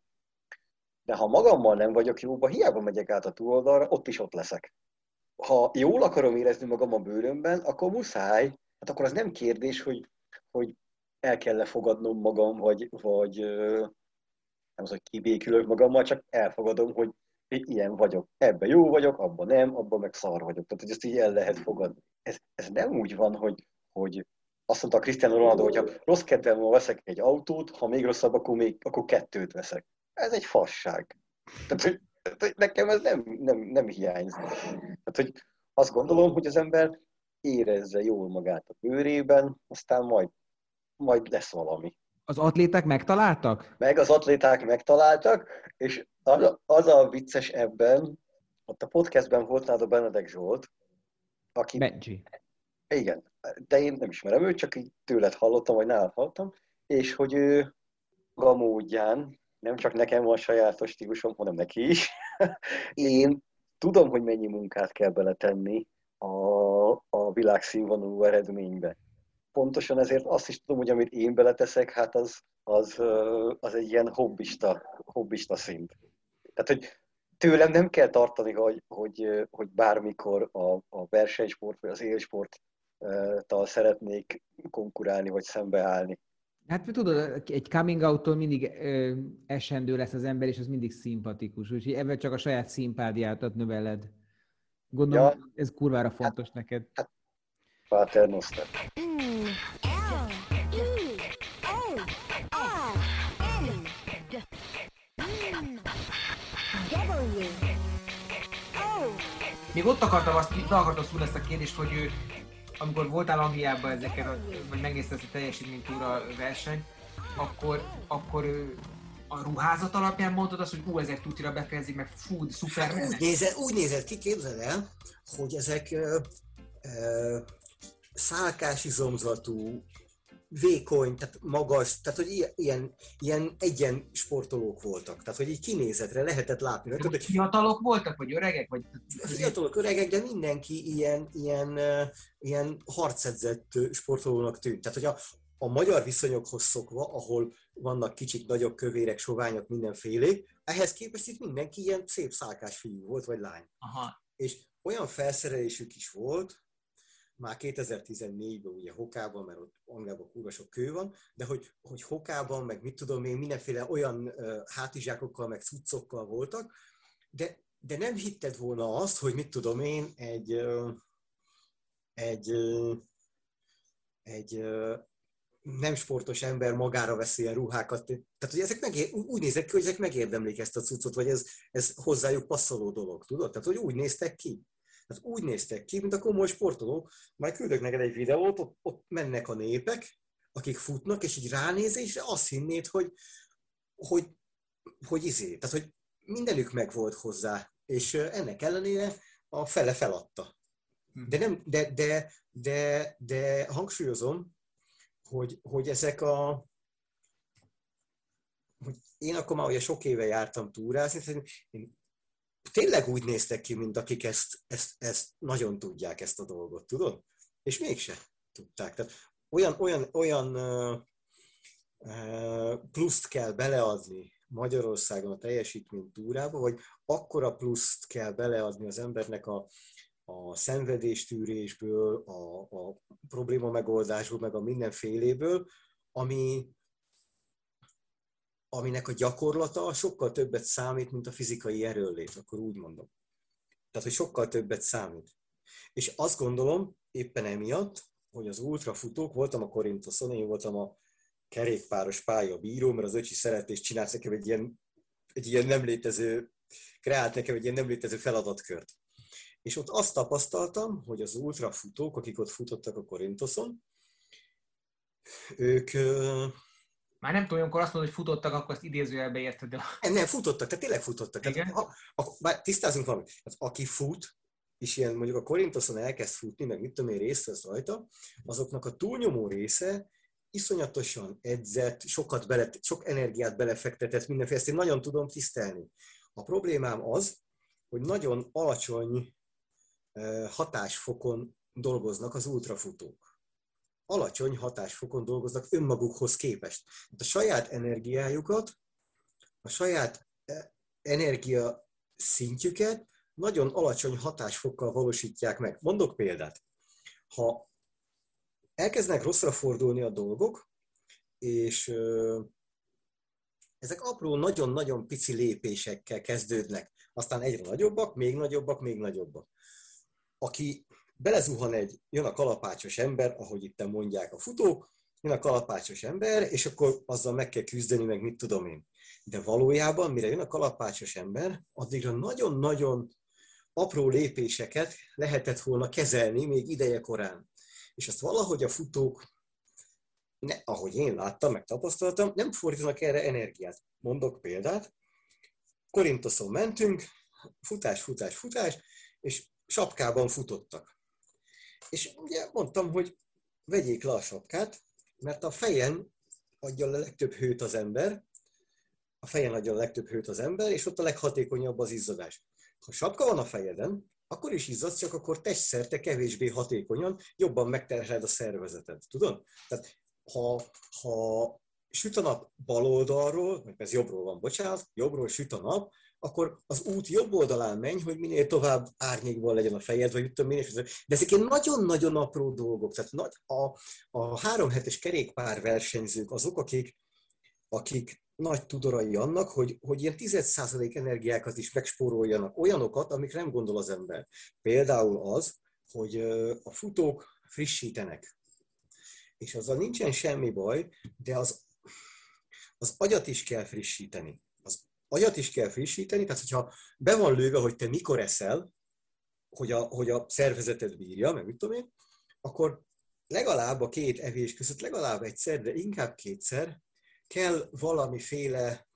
De ha magammal nem vagyok jóba, hiába megyek át a túloldalra, ott is ott leszek. Ha jól akarom érezni magam a bőrömben, akkor muszáj. Hát akkor az nem kérdés, hogy, hogy el kell fogadnom magam, vagy, vagy nem az, hogy kibékülök magammal, csak elfogadom, hogy ilyen vagyok. Ebben jó vagyok, abban nem, abban meg szar vagyok. Tehát, hogy ezt így el lehet fogadni. Ez, ez nem úgy van, hogy, hogy azt mondta a Cristiano Ronaldo, hogy ha rossz kedvem veszek egy autót, ha még rosszabb, akkor, még, akkor kettőt veszek. Ez egy fasság. Tehát, hogy, hogy nekem ez nem, nem, nem hiányzik. Tehát, hogy azt gondolom, hogy az ember érezze jól magát a bőrében, aztán majd, majd lesz valami. Az atléták megtaláltak? Meg az atléták megtaláltak, és az, az a vicces ebben, ott a podcastben volt nálad a Benedek Zsolt, aki... Benji. Igen, de én nem ismerem őt, csak így tőled hallottam, vagy nálad hallottam, és hogy ő a módján, nem csak nekem van sajátos stílusom, hanem neki is, én tudom, hogy mennyi munkát kell beletenni a, a világszínvonalú eredménybe. Pontosan ezért azt is tudom, hogy amit én beleteszek, hát az, az, az egy ilyen hobbista, hobbista szint. Tehát, hogy tőlem nem kell tartani, hogy, hogy, hogy bármikor a, a versenysport vagy az élsporttal szeretnék konkurálni vagy szembeállni. Hát tudod, egy coming out-tól mindig ö, esendő lesz az ember, és az mindig szimpatikus. Úgyhogy ebben csak a saját szimpádiátat növeled. Gondolom, ja. Ez kurvára fontos hát, neked. Hát, Pater Noster. Még ott akartam azt, itt akartam szúrni ezt a kérdést, hogy ő, amikor voltál Angliában ezeken, vagy megnézted ezt a teljesítménytúra versenyt, akkor, akkor a ruházat alapján mondtad azt, hogy ú, ezek tutira befejezik, meg fú, szuper. Hát úgy, nézett, úgy nézett ki, képzeld el, hogy ezek ö, ö, szálkás izomzatú vékony, tehát magas, tehát hogy ilyen, ilyen egyen sportolók voltak. Tehát, hogy így kinézetre lehetett látni. De tudod, fiatalok voltak, vagy öregek? Vagy... Fiatalok, öregek, de mindenki ilyen, ilyen, ilyen harcedzett sportolónak tűnt. Tehát, hogy a, a magyar viszonyokhoz szokva, ahol vannak kicsik, nagyobb, kövérek, soványok, mindenfélék, ehhez képest itt mindenki ilyen szép szálkás fiú volt, vagy lány. Aha. És olyan felszerelésük is volt, már kétezer-tizennégyben ugye Hokában, mert ott Angliában kurva sok kő van, de hogy, hogy Hokában, meg mit tudom én, mindenféle olyan uh, hátizsákokkal, meg cuccokkal voltak, de, de nem hitted volna azt, hogy mit tudom én, egy, uh, egy, uh, egy uh, nem sportos ember magára veszi ilyen ruhákat. Tehát, hogy ezek megér, úgy nézek ki, hogy ezek megérdemlik ezt a cuccot, vagy ez, ez hozzájuk passzoló dolog, tudod? Tehát, hogy úgy néztek ki. Tehát úgy néztek ki, mint a komoly sportolók. Majd küldök neked egy videót, ott, ott mennek a népek, akik futnak, és így ránéz, és azt hinnéd, hogy, hogy, hogy izé, tehát, hogy mindenük megvolt hozzá, és ennek ellenére a fele feladta. De, nem, de, de, de, de hangsúlyozom, hogy, hogy ezek a... Hogy én akkor már ugye sok éve jártam túrázni, én tényleg úgy néztek ki, mint akik ezt, ezt, ezt nagyon tudják, ezt a dolgot, tudod? És mégse tudták. Tehát olyan, olyan, olyan uh, uh, pluszt kell beleadni Magyarországon a teljesítmény túrába, vagy akkora pluszt kell beleadni az embernek a, a szenvedéstűrésből, a, a probléma megoldásból, meg a mindenféléből, ami, aminek a gyakorlata sokkal többet számít, mint a fizikai erőnlét, akkor úgy mondom. Tehát, hogy sokkal többet számít. És azt gondolom, éppen emiatt, hogy az ultrafutók, voltam a Korinthoson, én voltam a kerékpáros pályabíró, mert az öcsi szeret és csinált nekem egy ilyen, egy ilyen nem létező, kreált nekem egy ilyen nem létező feladatkört. És ott azt tapasztaltam, hogy az ultrafutók, akik ott futottak a Korinthoson, ők... Már nem tudom, amikor azt mondod, hogy futottak, akkor azt idézőjelbe érted. De... Nem, futottak, tehát tényleg futottak. Tehát, ha, ha, bár tisztázunk valamit. Tehát, aki fut, és ilyen mondjuk a Korinthoson elkezd futni, meg mit tudom én, részt vesz rajta, azoknak a túlnyomó része iszonyatosan edzett, sokat bele, sok energiát belefektetett, mindenféle, ezt én nagyon tudom tisztelni. A problémám az, hogy nagyon alacsony hatásfokon dolgoznak az ultrafutók. Alacsony hatásfokon dolgoznak önmagukhoz képest. A saját energiájukat, a saját energia szintjüket nagyon alacsony hatásfokkal valósítják meg. Mondok példát. Ha elkezdenek rosszra fordulni a dolgok, és ö, ezek apró, nagyon-nagyon pici lépésekkel kezdődnek, aztán egyre nagyobbak, még nagyobbak, még nagyobbak. Aki belezuhan egy, jön a kalapácsos ember, ahogy itt mondják a futók, jön a kalapácsos ember, és akkor azzal meg kell küzdeni, meg mit tudom én. De valójában, mire jön a kalapácsos ember, addigra nagyon-nagyon apró lépéseket lehetett volna kezelni még ideje korán. És azt valahogy a futók, ne, ahogy én láttam, meg tapasztaltam, nem fordítanak erre energiát. Mondok példát. Korinthoson mentünk, futás, futás, futás, és sapkában futottak. És ugye mondtam, hogy vegyék le a sapkát, mert a fejen adja a legtöbb hőt az ember, a fejen adja a legtöbb hőt az ember, és ott a leghatékonyabb az izzadás. Ha sapka van a fejeden, akkor is izzadsz, csak akkor testszerte kevésbé hatékonyan, jobban megterheled a szervezeted. Tudod? Tehát ha, ha süt a nap bal oldalról, vagy ez jobbról van, bocsánat, jobbról süt a nap, akkor az út jobb oldalán menj, hogy minél tovább árnyékban legyen a fejed, vagy mit tudom én, de ezek ilyen nagyon-nagyon apró dolgok. Tehát nagy, a, a három hetes kerékpár versenyzők azok, akik, akik nagy tudorai annak, hogy, hogy ilyen tíz százalék energiákat is megspóroljanak, olyanokat, amik nem gondol az ember. Például az, hogy a futók frissítenek. És azzal nincsen semmi baj, de az, az agyat is kell frissíteni. Az agyat is kell frissíteni, tehát hogyha be van lőve, hogy te mikor eszel, hogy a, hogy a szervezeted bírja, meg mit tudom én, akkor legalább a két evés között, legalább egyszer, de inkább kétszer kell valamiféle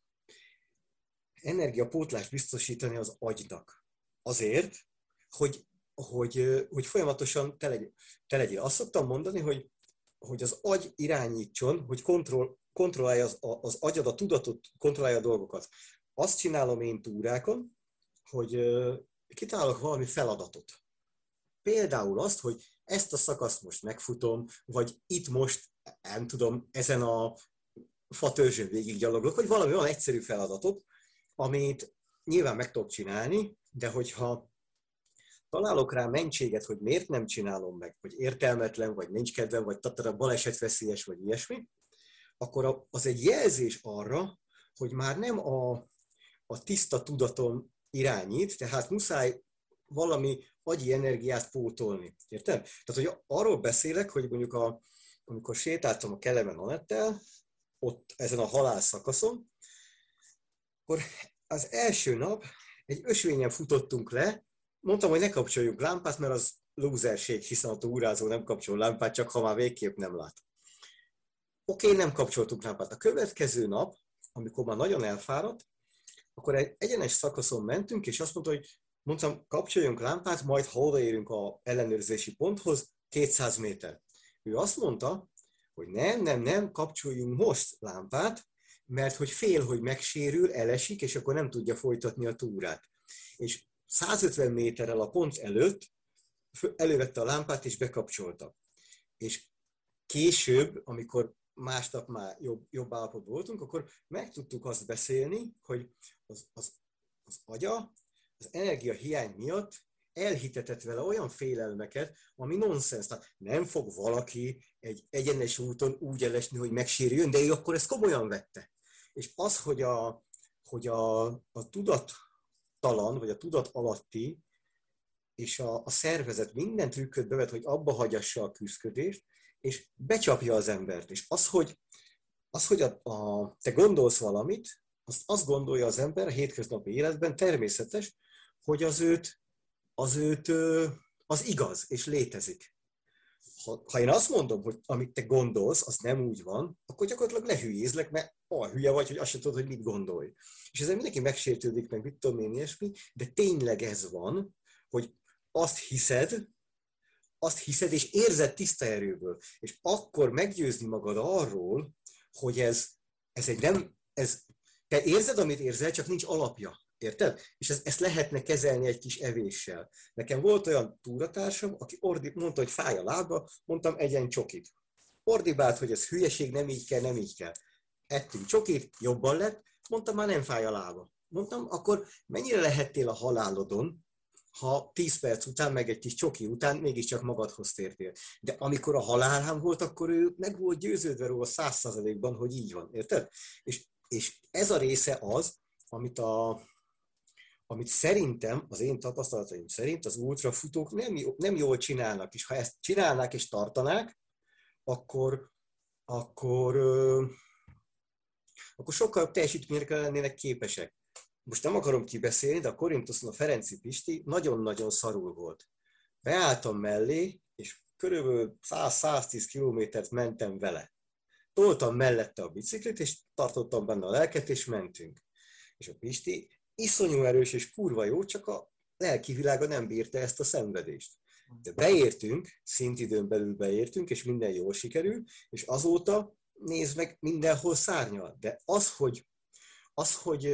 energiapótlást biztosítani az agynak. Azért, hogy, hogy, hogy folyamatosan te legyél. te legyél. Azt szoktam mondani, hogy hogy az agy irányítson, hogy kontroll, kontrollálja az, az agyad, a tudatot, kontrollálja a dolgokat. Azt csinálom én túrákon, hogy kitálok valami feladatot. Például azt, hogy ezt a szakaszt most megfutom, vagy itt most, nem tudom, ezen a fatörzsön végiggyaloglok, vagy valami olyan egyszerű feladatot, amit nyilván meg tudok csinálni, de hogyha találok rá mentséget, hogy miért nem csinálom meg, hogy értelmetlen, vagy nincs kedvem, vagy tatara balesetveszélyes, vagy ilyesmi, akkor az egy jelzés arra, hogy már nem a, a tiszta tudatom irányít, tehát muszáj valami agyi energiát pótolni. Érted? Tehát, hogy arról beszélek, hogy mondjuk a, amikor sétáltam a Kelemen Anettel, ott ezen a halál szakaszon, akkor az első nap egy ösvényen futottunk le, mondtam, hogy ne kapcsoljunk lámpát, mert az lúzerség, hiszen a túrázó nem kapcsol lámpát, csak ha már végképp nem lát. Oké, okay, nem kapcsoltuk lámpát. A következő nap, amikor már nagyon elfáradt, akkor egy egyenes szakaszon mentünk, és azt mondta, hogy mondtam, kapcsoljunk lámpát, majd ha odaérünk az ellenőrzési ponthoz, kétszáz méter. Ő azt mondta, hogy nem, nem, nem, kapcsoljunk most lámpát, mert hogy fél, hogy megsérül, elesik, és akkor nem tudja folytatni a túrát. És százötven méterrel a pont előtt elővette a lámpát, és bekapcsolta. És később, amikor másnap már jobb, jobb állapotban voltunk, akkor meg tudtuk azt beszélni, hogy az, az, az agya az energia hiány miatt elhitetett vele olyan félelmeket, ami nonsens. Tehát nem fog valaki egy egyenes úton úgy elesni, hogy megsérüljön, de ő akkor ezt komolyan vette. És az, hogy a, hogy a, a tudattalan, vagy a tudat alatti, és a, a szervezet minden trükköt bevet, hogy abba hagyassa a küszködést, és becsapja az embert. És az, hogy, az, hogy a, a, te gondolsz valamit, azt, azt gondolja az ember a hétköznapi életben, természetes, hogy az őt, az őt az igaz, és létezik. Ha, ha én azt mondom, hogy amit te gondolsz, az nem úgy van, akkor gyakorlatilag lehülyézlek, mert olyan hülye vagy, hogy azt sem tudod, hogy mit gondolj. És ezzel mindenki megsértődik, meg mit tudom én ilyesmi, de tényleg ez van, hogy azt hiszed, azt hiszed, és érzed tiszta erőből. És akkor meggyőzni magad arról, hogy ez, ez egy nem, ez, te érzed, amit érzel, csak nincs alapja. Érted? És ez, ezt lehetne kezelni egy kis evéssel. Nekem volt olyan túratársam, aki ordi, mondta, hogy fáj a lába, mondtam, egyen csokit. Ordibált, hogy ez hülyeség, nem így kell, nem így kell. Ettünk csokit, jobban lett, mondtam, már nem fáj a lába. Mondtam, akkor mennyire lehettél a halálodon, ha tíz perc után, meg egy kis csoki után mégiscsak magadhoz tértél. De amikor a halálám volt, akkor ő meg volt győződve róla száz százalékban, hogy így van. Érted? És, és ez a része az, amit a amit szerintem, az én tapasztalataim szerint az ultrafutók nem, nem jól csinálnak, és ha ezt csinálnák és tartanák, akkor, akkor, akkor sokkal teljesítményre lennének képesek. Most nem akarom kibeszélni, de a Korinthoszon a Ferenci Pisti nagyon-nagyon szarul volt. Beálltam mellé, és körülbelül száz-száztíz kilométert mentem vele. Toltam mellette a biciklit, és tartottam benne a lelket, és mentünk. És a Pisti iszonyú erős és kurva jó, csak a lelki világa nem bírta ezt a szenvedést. De beértünk, szintidőn belül beértünk, és minden jól sikerül, és azóta nézd meg, mindenhol szárnyal. De az, hogy, az, hogy,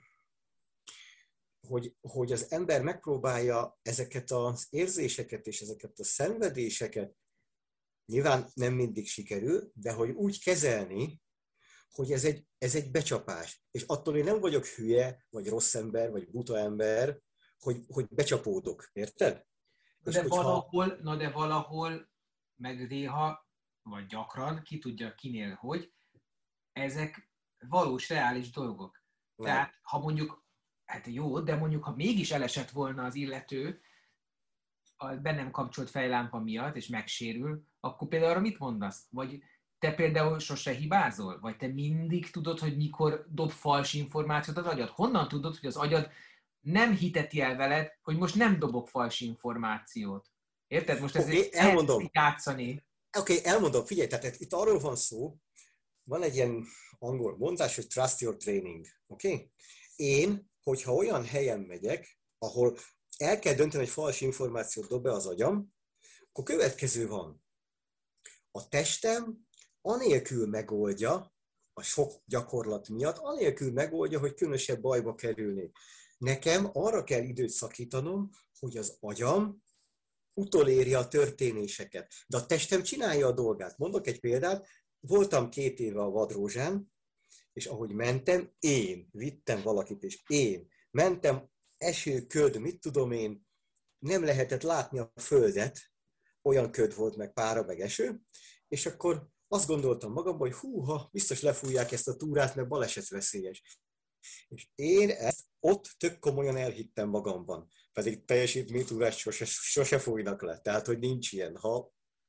hogy, hogy az ember megpróbálja ezeket az érzéseket és ezeket a szenvedéseket, nyilván nem mindig sikerül, de hogy úgy kezelni, hogy ez egy, ez egy becsapás. És attól én nem vagyok hülye, vagy rossz ember, vagy buta ember, hogy, hogy becsapódok. Érted? Na de, hogyha... valahol, na de valahol, meg néha, vagy gyakran, ki tudja kinél, hogy ezek valós, reális dolgok. Nem. Tehát, ha mondjuk, hát jó, de mondjuk, ha mégis elesett volna az illető, a bennem kapcsolt fejlámpa miatt, és megsérül, akkor például arra mit mondasz? Vagy te például sose hibázol? Vagy te mindig tudod, hogy mikor dob fals információt az agyad? Honnan tudod, hogy az agyad nem hiteti el veled, hogy most nem dobok fals információt? Érted? Most ez okay, elmondom. játszani. Oké, okay, elmondom. Figyelj, tehát itt arról van szó, van egy ilyen angol mondás, hogy trust your training. Oké? Okay? Én, hogyha olyan helyen megyek, ahol el kell dönteni, hogy fals információt dob be az agyam, akkor következő van. a testem anélkül megoldja, a sok gyakorlat miatt, anélkül megoldja, hogy különösebb bajba kerülnék. Nekem arra kell időt szakítanom, hogy az agyam utolérje a történéseket. De a testem csinálja a dolgát. Mondok egy példát, voltam két éve a Vadrózsán, és ahogy mentem, én vittem valakit, és én mentem, eső, köd, mit tudom én, nem lehetett látni a földet, olyan köd volt, meg pára, meg eső, és akkor azt gondoltam magamban, hogy húha, biztos lefújják ezt a túrát, mert balesetveszélyes. És én ezt ott tök komolyan elhittem magamban. Pedig teljesítménytúrást sose, sose fújnak le. Tehát, hogy nincs ilyen. Ha,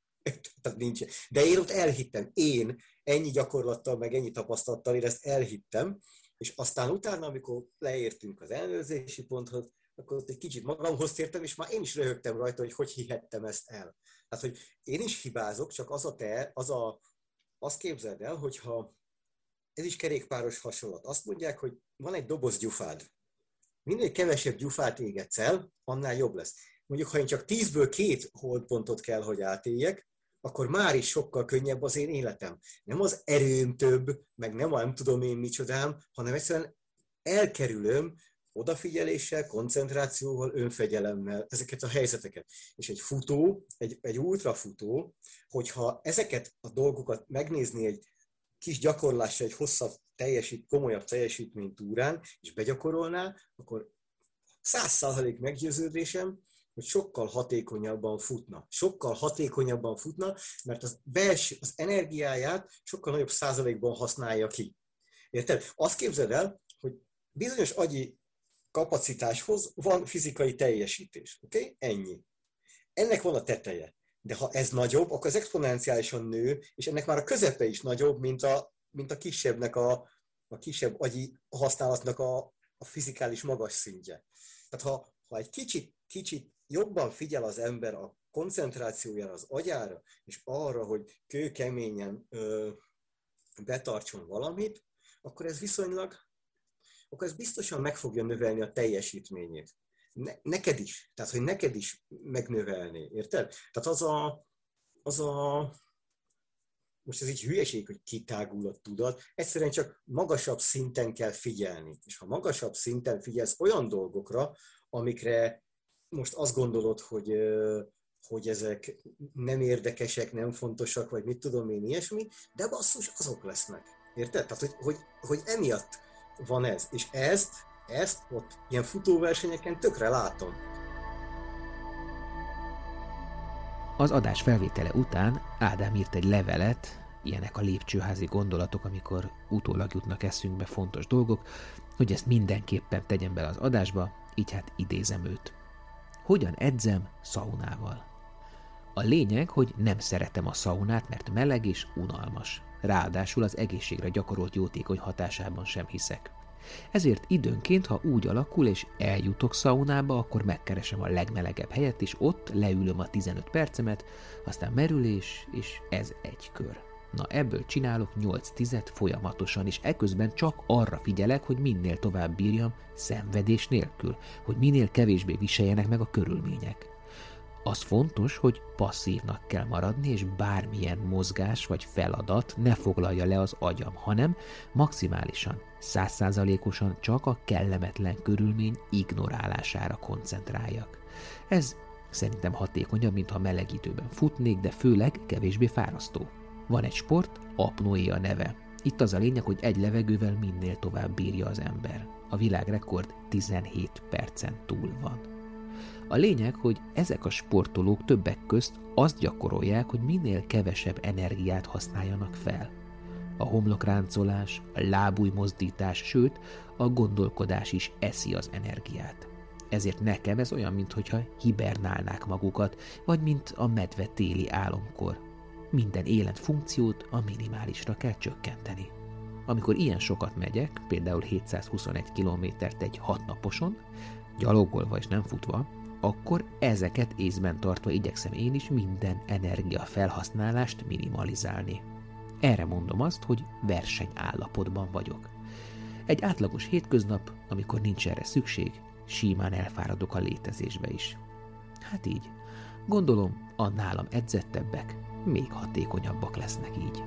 tehát nincs ilyen. De én ott elhittem. Én ennyi gyakorlattal, meg ennyi tapasztalattal én ezt elhittem, és aztán utána, amikor leértünk az ellenőrzési ponthoz, akkor ott egy kicsit magamhoz tértem, és már én is röhögtem rajta, hogy hogy hihettem ezt el. Tehát, hogy én is hibázok, csak az a te, az a, azt képzeld el, hogyha ez is kerékpáros hasonlat. Azt mondják, hogy van egy doboz gyufád. Minél kevesebb gyufát égetsz el, annál jobb lesz. Mondjuk, ha én csak tízből két holdpontot kell, hogy átéljek, akkor már is sokkal könnyebb az én életem. Nem az erőm több, meg nem a nem tudom én micsodám, hanem egyszerűen elkerülöm odafigyeléssel, koncentrációval, önfegyelemmel ezeket a helyzeteket. És egy futó, egy, egy ultrafutó, hogyha ezeket a dolgokat megnézni egy kis gyakorlással, egy hosszabb, teljesít, komolyabb teljesítménytúrán, és begyakorolná, akkor száz százalék meggyőződésem, hogy sokkal hatékonyabban futna. Sokkal hatékonyabban futna, mert az belső, az energiáját sokkal nagyobb százalékban használja ki. Érted? Azt képzeld el, hogy bizonyos agyi kapacitáshoz van fizikai teljesítés. Oké? Okay? Ennyi. Ennek van a teteje. De ha ez nagyobb, akkor az exponenciálisan nő, és ennek már a közepe is nagyobb, mint a, mint a kisebbnek a, a kisebb agyi használatnak a, a fizikális magas szintje. Tehát ha, ha egy kicsit, kicsit jobban figyel az ember a koncentrációjára, az agyára, és arra, hogy kőkeményen ö, betartson valamit, akkor ez viszonylag, akkor ez biztosan meg fogja növelni a teljesítményét. Ne, neked is. Tehát, hogy neked is megnövelni. Érted? Tehát az a, az a, most ez így hülyeség, hogy kitágul a tudat, egyszerűen csak magasabb szinten kell figyelni. És ha magasabb szinten figyelsz olyan dolgokra, amikre most azt gondolod, hogy, hogy ezek nem érdekesek, nem fontosak, vagy mit tudom én, ilyesmi, de basszus, azok lesznek. Érted? Tehát, hogy, hogy, hogy emiatt van ez. És ezt, ezt ott ilyen futóversenyeken tökre látom. Az adás felvétele után Ádám írt egy levelet, ilyenek a lépcsőházi gondolatok, amikor utólag jutnak eszünkbe fontos dolgok, hogy ezt mindenképpen tegyem bele az adásba, így hát idézem őt. Hogyan edzem szaunával? A lényeg, hogy nem szeretem a szaunát, mert meleg és unalmas. Ráadásul az egészségre gyakorolt jótékony hatásában sem hiszek. Ezért időnként, ha úgy alakul és eljutok szaunába, akkor megkeresem a legmelegebb helyet, és ott leülöm a tizenöt percemet, aztán merülés, és ez egy kör. Na ebből csinálok nyolc-tízet folyamatosan, és eközben csak arra figyelek, hogy minél tovább bírjam szenvedés nélkül, hogy minél kevésbé viseljenek meg a körülmények. Az fontos, hogy passzívnak kell maradni, és bármilyen mozgás vagy feladat ne foglalja le az agyam, hanem maximálisan, száz százalékosan csak a kellemetlen körülmény ignorálására koncentráljak. Ez szerintem hatékonyabb, mintha meleg időben futnék, de főleg kevésbé fárasztó. Van egy sport, apnoé a neve. Itt az a lényeg, hogy egy levegővel minél tovább bírja az ember. A világrekord tizenhét percen túl van. A lényeg, hogy ezek a sportolók többek közt azt gyakorolják, hogy minél kevesebb energiát használjanak fel. A homlokráncolás, a lábujjmozdítás, sőt, a gondolkodás is eszi az energiát. Ezért nekem ez olyan, mintha hibernálnák magukat, vagy mint a medve téli álomkor. Minden élent funkciót a minimálisra kell csökkenteni. Amikor ilyen sokat megyek, például hétszázhuszonegy kilométert egy hat naposon, gyalogolva és nem futva, akkor ezeket észben tartva igyekszem én is minden energia felhasználást minimalizálni. Erre mondom azt, hogy versenyállapotban vagyok. Egy átlagos hétköznap, amikor nincs erre szükség, simán elfáradok a létezésbe is. Hát így. Gondolom, a nálam edzettebbek még hatékonyabbak lesznek így.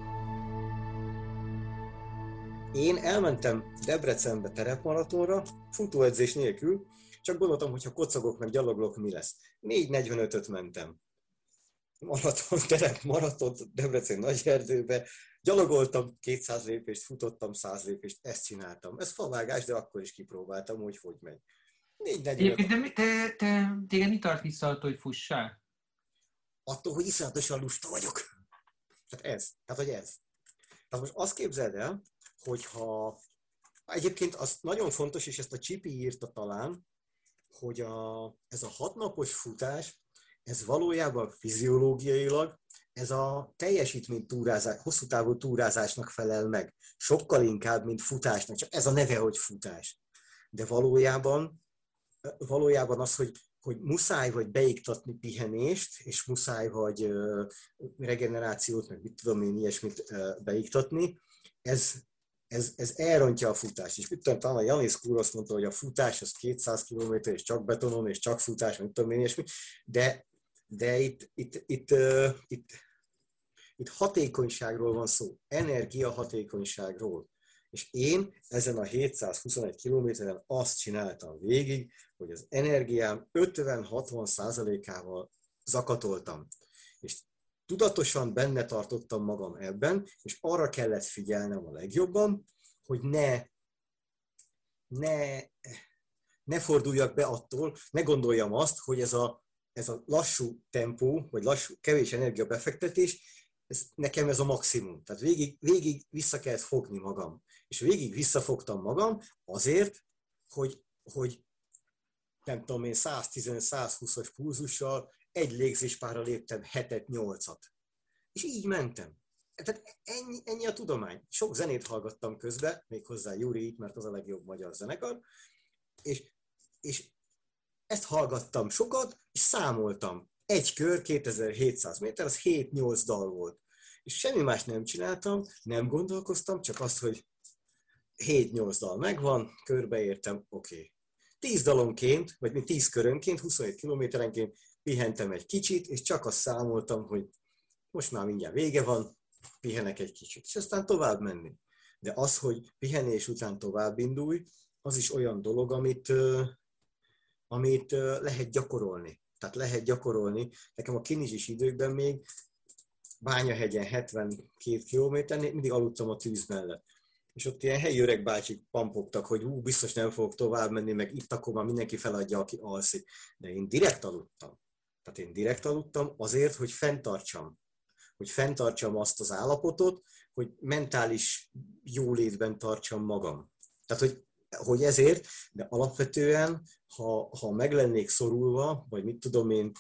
Én elmentem Debrecenbe terepmaratonra, futóedzés nélkül, csak gondoltam, hogy ha kocogok meg gyaloglok, mi lesz. négy negyvenötöt mentem. Maraton, terep, maraton, Debrecen Nagyerdőbe, gyalogoltam kétszáz lépést, futottam száz lépést, ezt csináltam. Ez favágás, de akkor is kipróbáltam, hogy hogy megy. négy negyvenöt. Egyébként de te, te, téged mi tart vissza attól, hogy fussál? Attól, hogy iszonyatosan lusta vagyok. Tehát ez. Tehát, hogy ez. Tehát most azt képzeld el, hogyha egyébként az nagyon fontos, és ezt a Csipi írta talán, hogy a, ez a hatnapos futás, ez valójában fiziológiailag, ez a teljesítmény túrázás, hosszú távú túrázásnak felel meg. Sokkal inkább, mint futásnak, csak ez a neve, hogy futás. De valójában, valójában az, hogy, hogy muszáj vagy beiktatni pihenést, és muszáj vagy uh, regenerációt, meg mit tudom én, ilyesmit uh, beiktatni, ez, ez, ez elrontja a futást. És mit tudom, talán a Janis Kúr azt mondta, hogy a futás az kétszáz kilométer, és csak betonon, és csak futás, mit tudom én, ilyesmi, de, de itt, itt, itt, uh, itt, itt hatékonyságról van szó, energiahatékonyságról. És én ezen a hétszázhuszonegy kilométeren azt csináltam végig, hogy az energiám ötven-hatvan százalékával zakatoltam. És tudatosan benne tartottam magam ebben, és arra kellett figyelnem a legjobban, hogy ne, ne, ne forduljak be attól, ne gondoljam azt, hogy ez a, ez a lassú tempó, vagy lassú, kevés energiabefektetés, ez, nekem ez a maximum. Tehát végig, végig vissza kellett fogni magam. És végig visszafogtam magam azért, hogy, hogy nem tudom én, száztíz-százhúszas pulzussal egy légzéspárra léptem hetet-nyolcat. És így mentem. Tehát ennyi, ennyi a tudomány. Sok zenét hallgattam közben, méghozzá Jurit, mert az a legjobb magyar zenekar, és, és ezt hallgattam sokat, és számoltam. Egy kör, kétezer-hétszáz méter, az hét-nyolc dal volt. És semmi más nem csináltam, nem gondolkoztam, csak azt, hogy hét-nyolc dal megvan, körbeértem, oké. Okay. tíz dalonként, vagy tíz körönként, huszonhét kilométerenként pihentem egy kicsit, és csak azt számoltam, hogy most már mindjárt vége van, pihenek egy kicsit, és aztán tovább menni. De az, hogy pihenés után tovább indulj, az is olyan dolog, amit, amit lehet gyakorolni. Tehát lehet gyakorolni. Nekem a kinizsis időkben még Bányahegyen hetvenkét kilométernél mindig aludtam a tűz mellett. És ott ilyen helyi öreg bácsik pampogtak, hogy ú, biztos nem fogok tovább menni, meg itt akkor már mindenki feladja, aki alszik. De én direkt aludtam. Tehát én direkt aludtam azért, hogy fenntartsam. Hogy fenntartsam azt az állapotot, hogy mentális jólétben tartsam magam. Tehát, hogy, hogy ezért, de alapvetően, ha, ha meg lennék szorulva, vagy mit tudom én,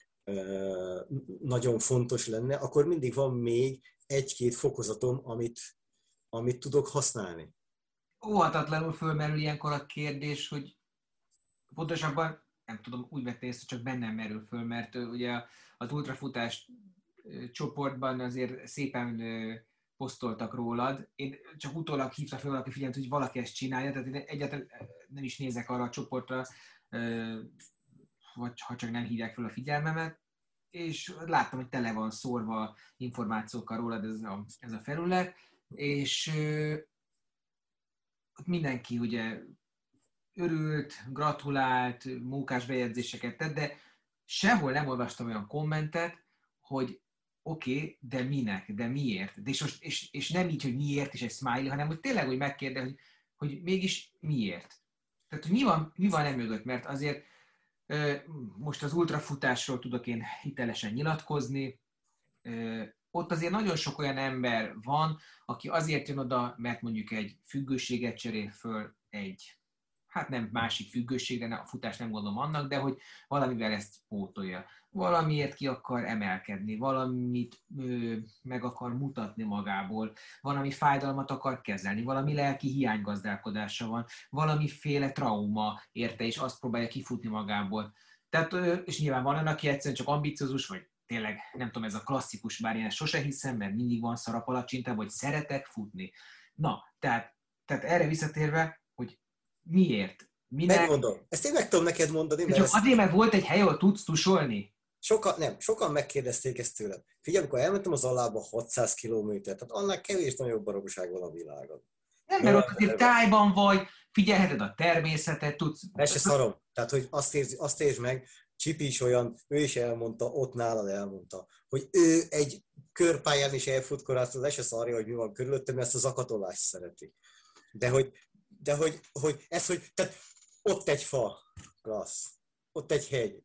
nagyon fontos lenne, akkor mindig van még egy-két fokozatom, amit, amit tudok használni. Óhatatlanul fölmerül ilyenkor a kérdés, hogy pontosabban, nem tudom, úgy vettem észre, csak bennem merül föl, mert ugye az ultrafutás csoportban azért szépen posztoltak rólad. Én csak utólag hívta fel valaki figyelmet, hogy valaki ezt csinálja, tehát én egyáltalán nem is nézek arra a csoportra, vagy ha csak nem hívják fel a figyelmemet, és láttam, hogy tele van szórva információkkal rólad ez a, ez a felület, és ö, mindenki ugye örült, gratulált, mókás bejegyzéseket tett, de sehol nem olvastam olyan kommentet, hogy oké, okay, de minek, de miért? De és, most, és, és nem így, hogy miért is egy smiley, hanem hogy tényleg úgy megkérdez, hogy, hogy mégis miért. Tehát, hogy mi van, mi van emögött, mert azért most az ultrafutásról tudok én hitelesen nyilatkozni. Ott azért nagyon sok olyan ember van, aki azért jön oda, mert mondjuk egy függőséget cserél föl egy, hát nem másik függőségre, a futás nem gondolom annak, de hogy valamivel ezt pótolja. Valamiért ki akar emelkedni, valamit ö, meg akar mutatni magából, valami fájdalmat akar kezelni, valami lelki hiánygazdálkodása van, valamiféle trauma érte, és azt próbálja kifutni magából. Tehát, ö, és nyilván van olyan, aki egyszerűen csak ambiciózus, vagy tényleg, nem tudom, ez a klasszikus, bár én ezt sose hiszem, mert mindig van szarapalacsintám, hogy szeretek futni. Na, tehát, tehát erre visszatérve, hogy miért? Minek? Megmondom. Ezt én meg tudom neked mondani. Mert csak ezt... azért, mert volt egy hely, ahol tudsz tusolni. Sokan, nem, sokan megkérdezték ezt tőlem. Figyelj, amikor elmentem az Alába hatszáz kilométert, tehát annál kevés nagyobb baromság van a világon. Nem, mert ott azért tájban vagy, figyelheted a természetet, tudsz... Ez se szarom. Tehát, hogy azt érzi, azt érzi meg, Csipi is olyan, ő is elmondta, ott nálad elmondta, hogy ő egy körpályán is elfut korától, le se szarja, hogy mi van körülöttem, mert ezt a zakatolást szereti. De hogy, de hogy, hogy ez, hogy, tehát ott egy fa, klassz, ott egy hegy.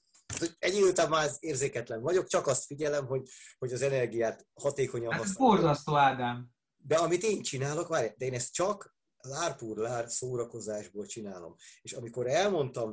Egy idő után már érzéketlen vagyok, csak azt figyelem, hogy, hogy az energiát hatékonyan hát használom. Ez borzasztó, Ádám. De amit én csinálok, várj, de én ezt csak lárpúr lár szórakozásból csinálom. És amikor elmondtam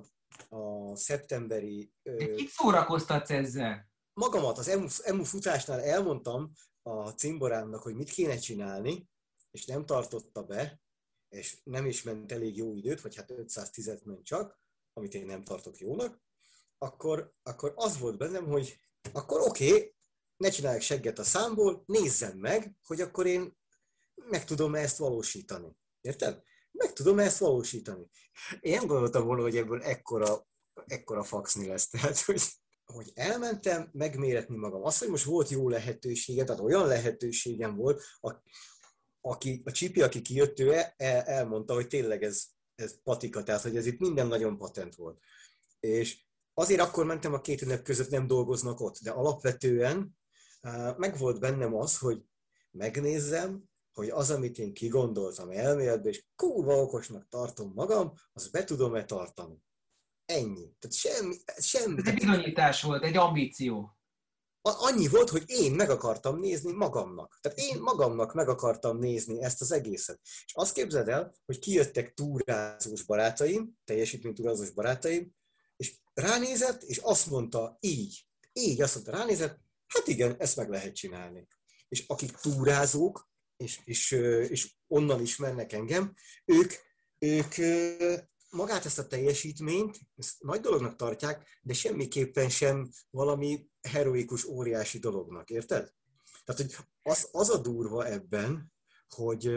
a szeptemberi... De kit szórakoztatsz ezzel? Magamat, az emu, emu futásnál elmondtam a cimborámnak, hogy mit kéne csinálni, és nem tartotta be, és nem is ment elég jó időt, vagy hát ötszáztízet ment csak, amit én nem tartok jónak, akkor, akkor az volt bennem, hogy akkor oké, okay, ne csinálják segget a számból, nézzem meg, hogy akkor én meg tudom ezt valósítani. Érted? Meg tudom ezt valósítani. Én nem gondoltam volna, hogy ebből ekkora, ekkora faxni lesz. Tehát, hogy, hogy elmentem megméretni magam. Azt, hogy most volt jó lehetőségem, tehát olyan lehetőségem volt, a, aki, a Csipi, aki kijött, ő el, elmondta, hogy tényleg ez, ez patika, tehát hogy ez itt minden nagyon patent volt. És azért akkor mentem a két ünnep között, nem dolgoznak ott, de alapvetően uh, meg volt bennem az, hogy megnézzem, hogy az, amit én kigondoltam elméletben, és kurva okosnak tartom magam, azt be tudom-e tartani. Ennyi. Tehát semmi, semmi. Ez egy bizonyítás volt, egy ambíció. Annyi volt, hogy én meg akartam nézni magamnak. Tehát én magamnak meg akartam nézni ezt az egészet. És azt képzeld el, hogy kijöttek túrázós barátaim, teljesítménytúrázós barátaim, és ránézett, és azt mondta így, így azt mondta, ránézett, hát igen, ezt meg lehet csinálni. És akik túrázók, és, és, és onnan ismernek engem, ők, ők magát ezt a teljesítményt, ezt nagy dolognak tartják, de semmiképpen sem valami heroikus, óriási dolognak, érted? Tehát, hogy az, az a durva ebben, hogy,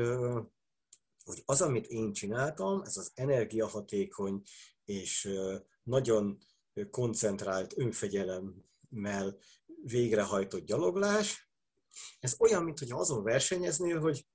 hogy az, amit én csináltam, ez az energiahatékony és nagyon koncentrált önfegyelemmel végrehajtott gyaloglás, ez olyan, mintha azon versenyeznél, hogy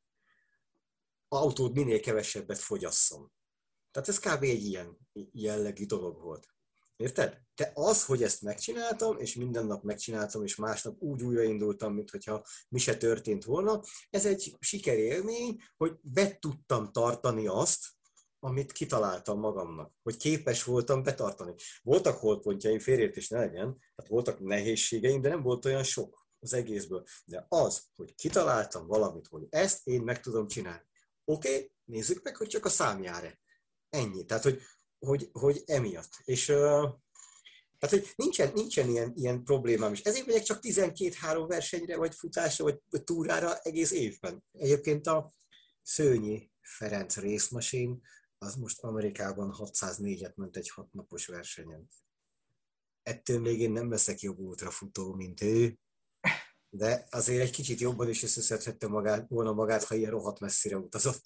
autód minél kevesebbet fogyasszon. Tehát ez kb. Egy ilyen jellegű dolog volt. Érted? De az, hogy ezt megcsináltam, és minden nap megcsináltam, és másnap úgy újraindultam, mintha mi se történt volna, ez egy sikerélmény, hogy be tudtam tartani azt, amit kitaláltam magamnak, hogy képes voltam betartani. Voltak holtpontjaim, félreértés ne legyen, hát voltak nehézségeim, de nem volt olyan sok az egészből. De az, hogy kitaláltam valamit, hogy ezt én meg tudom csinálni. Oké, okay, nézzük meg, hogy csak a szám jár-e. Ennyi. Tehát, hogy, hogy, hogy emiatt. És uh, tehát, hogy nincsen, nincsen ilyen, ilyen problémám is. Ezért megyek csak tizenkét-három versenyre, vagy futásra, vagy túrára egész évben. Egyébként a Szőnyi Ferenc részmasén, az most Amerikában hatszáznégyet ment egy hatnapos versenyen. Ettől még én nem leszek jobb ultrafutó, mint ő, de azért egy kicsit jobban is összeszedhette magát, volna magát, ha ilyen rohadt messzire utazott.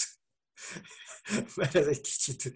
Mert ez egy kicsit,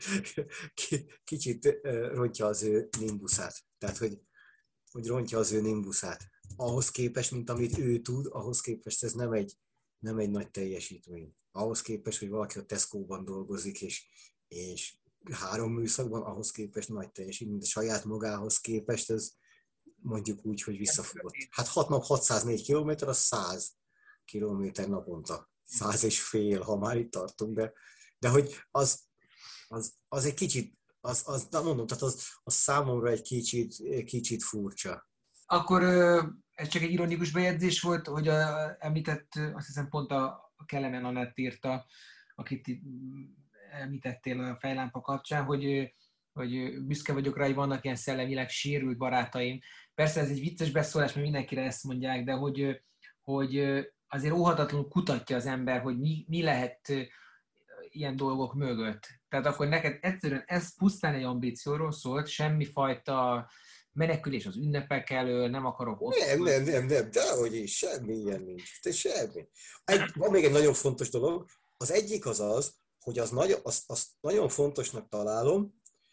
kicsit rontja az ő nimbuszát. Tehát, hogy, hogy rontja az ő nimbuszát. Ahhoz képest, mint amit ő tud, ahhoz képest ez nem egy, nem egy nagy teljesítmény. Ahhoz képest, hogy valaki a Tesco-ban dolgozik, és, és három műszakban, ahhoz képest nagy teljesítmény, de saját magához képest ez mondjuk úgy, hogy visszafogott. Hát hat nap hatszáznégy kilométer, az száz kilométer naponta. Száz és fél, ha már itt tartunk, de, de hogy az, az, az egy kicsit, az, az, de mondom, tehát az, az számomra egy kicsit, kicsit furcsa. Akkor ez csak egy ironikus bejegyzés volt, hogy a, említett, azt hiszem pont a Kelemen Anett írta, akit említettél a fejlámpa kapcsán, hogy, hogy büszke vagyok rá, hogy vannak ilyen szellemileg sérült barátaim. Persze ez egy vicces beszólás, mert mindenkire ezt mondják, de hogy, hogy azért óhatatlanul kutatja az ember, hogy mi, mi lehet ilyen dolgok mögött. Tehát akkor neked egyszerűen ez pusztán egy ambícióról szólt, semmifajta menekülés az ünnepek elől, nem akarok ott... Nem, nem, nem, nem, dehogy is, semmi ilyen nincs, de semmi. Egy, van még egy nagyon fontos dolog, az egyik az az, hogy az nagyon, azt, azt nagyon fontosnak találom,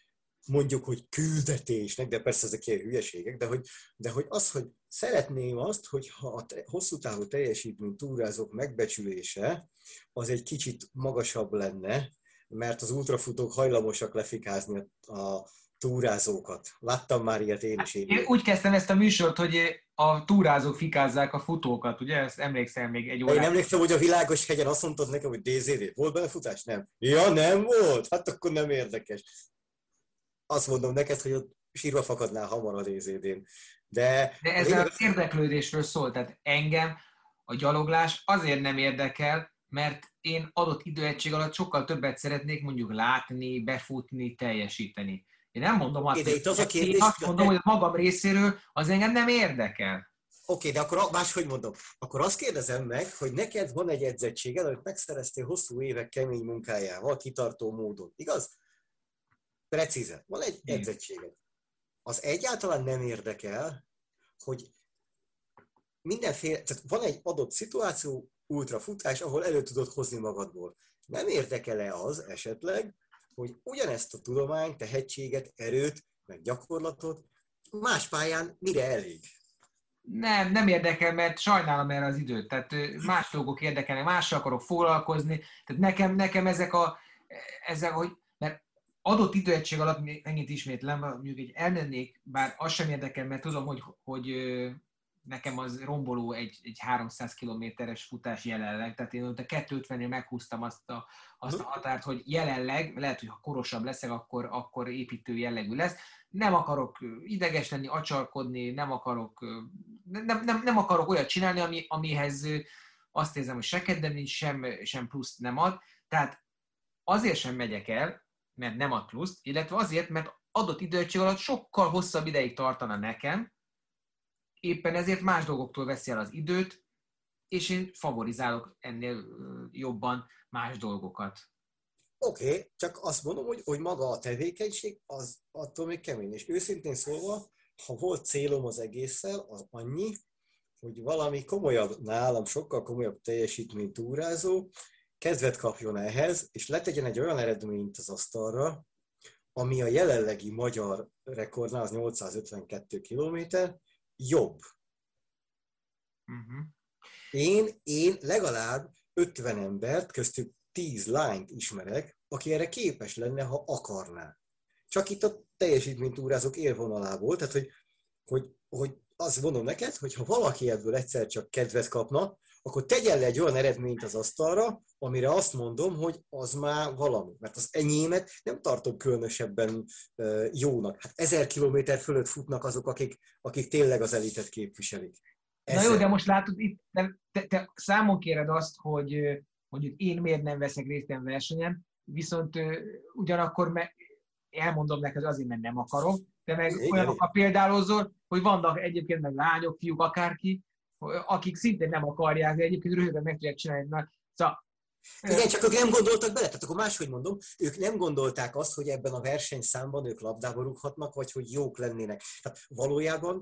mondjuk, hogy küldetésnek, de persze ezek ilyen hülyeségek, de hogy, de hogy az, hogy szeretném azt, hogy ha a hosszú távú teljesítmény túrázók megbecsülése az egy kicsit magasabb lenne, mert az ultrafutók hajlamosak lefikázni a túrázókat. Láttam már ilyet én is. Én, én úgy kezdtem ezt a műsort, hogy a túrázók fikázzák a futókat, ugye? Ezt emlékszem még egy órán. Én emlékszem, hogy a Világos hegyen azt mondtad nekem, hogy dé zé dé. Volt benne futás? Nem. Ja, nem volt? Hát akkor nem érdekes. Azt mondom neked, hogy ott sírva fakadnál hamar a dé zé dén. De, De ez az érdeklődésről szól, tehát engem a gyaloglás azért nem érdekel, mert én adott időegység alatt sokkal többet szeretnék mondjuk látni, befutni, teljesíteni. Én nem mondom azt, okay, hogy, az a kérdés, én azt mondom, hogy a magam részéről az engem nem érdekel. Oké, okay, de akkor máshogy mondom. Akkor azt kérdezem meg, hogy neked van egy edzettséged, amit megszereztél hosszú évek kemény munkájával, kitartó módon. Igaz? Precízen. Van egy edzettséged. Az egyáltalán nem érdekel, hogy mindenféle, tehát van egy adott szituáció, ultrafutás, ahol elő tudod hozni magadból. Nem érdekel-e az esetleg, hogy ugyanezt a tudományt, tehetséget, erőt, meg gyakorlatot más pályán mire elég? Nem, nem érdekel, mert sajnálom erre az időt. Tehát más dolgok érdekelnek, mással akarok foglalkozni. Tehát nekem, nekem ezek a, ezek, hogy, mert adott időegység alatt, ennyit ismétlem, mondjuk egy elmennék, bár az sem érdekel, mert tudom, hogy, hogy nekem az romboló egy, egy háromszáz kilométeres futás jelenleg, tehát én ott a kétszázötvennél meghúztam azt a, azt a határt, hogy jelenleg, lehet, hogy ha korosabb leszek, akkor, akkor építő jellegű lesz. Nem akarok ideges lenni, acsarkodni, nem akarok, nem, nem, nem akarok olyat csinálni, ami, amihez azt érzem, hogy se kedvem nincs, sem, sem pluszt nem ad. Tehát azért sem megyek el, mert nem ad pluszt, illetve azért, mert adott időegység alatt sokkal hosszabb ideig tartana nekem, éppen ezért más dolgoktól veszi el az időt, és én favorizálok ennél jobban más dolgokat. Oké, okay, csak azt mondom, hogy, hogy maga a tevékenység az attól még kemény. És őszintén szólva, ha volt célom az egésszel, az annyi, hogy valami komolyabb, nálam sokkal komolyabb teljesítmény túrázó kedvet kapjon ehhez, és letegyen egy olyan eredményt az asztalra, ami a jelenlegi magyar rekordnál, az nyolcszázötvenkettő kilométer, jobb. Uh-huh. Én, én legalább ötven embert, köztük tíz lányt ismerek, aki erre képes lenne, ha akarná. Csak itt a teljesítménytúrázók élvonalából, tehát hogy, hogy, hogy azt mondom neked, hogy ha valaki ebből egyszer csak kedvet kapna, akkor tegyen le egy olyan eredményt az asztalra, amire azt mondom, hogy az már valami. Mert az enyémet nem tartom különösebben jónak. Hát ezer kilométer fölött futnak azok, akik, akik tényleg az elitet képviselik. Ezer. Na jó, de most látod, itt te, te, te számon kéred azt, hogy mondjuk én miért nem veszek részt a versenyen, viszont ugyanakkor me, elmondom neked azért, mert nem akarok, de meg igen, olyanokkal példálozol, hogy vannak egyébként meg lányok, fiúk, akárki, akik szintén nem akarják, de egyébként röhögve meg tudják csinálni. Na, szóval, igen, csak ők nem gondoltak bele, tehát akkor máshogy mondom, ők nem gondolták azt, hogy ebben a versenyszámban ők labdába rúghatnak, vagy hogy jók lennének. Tehát valójában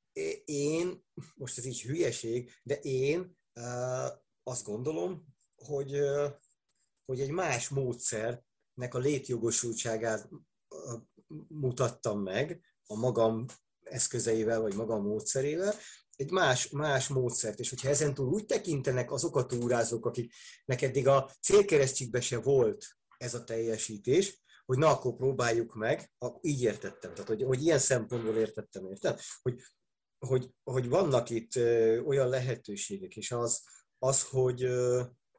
én, most ez így hülyeség, de én uh, azt gondolom, hogy, uh, hogy egy más módszernek a létjogosultságát uh, mutattam meg a magam eszközeivel, vagy magam módszerével, egy más, más módszert, és hogyha ezentúl úgy tekintenek azok a túrázók, akiknek eddig a célkeresztjükben se volt ez a teljesítés, hogy na, akkor próbáljuk meg, így értettem, tehát hogy, hogy ilyen szempontból értettem, érted? Hogy, hogy, hogy vannak itt ö, olyan lehetőségek, és az, az, hogy, ö,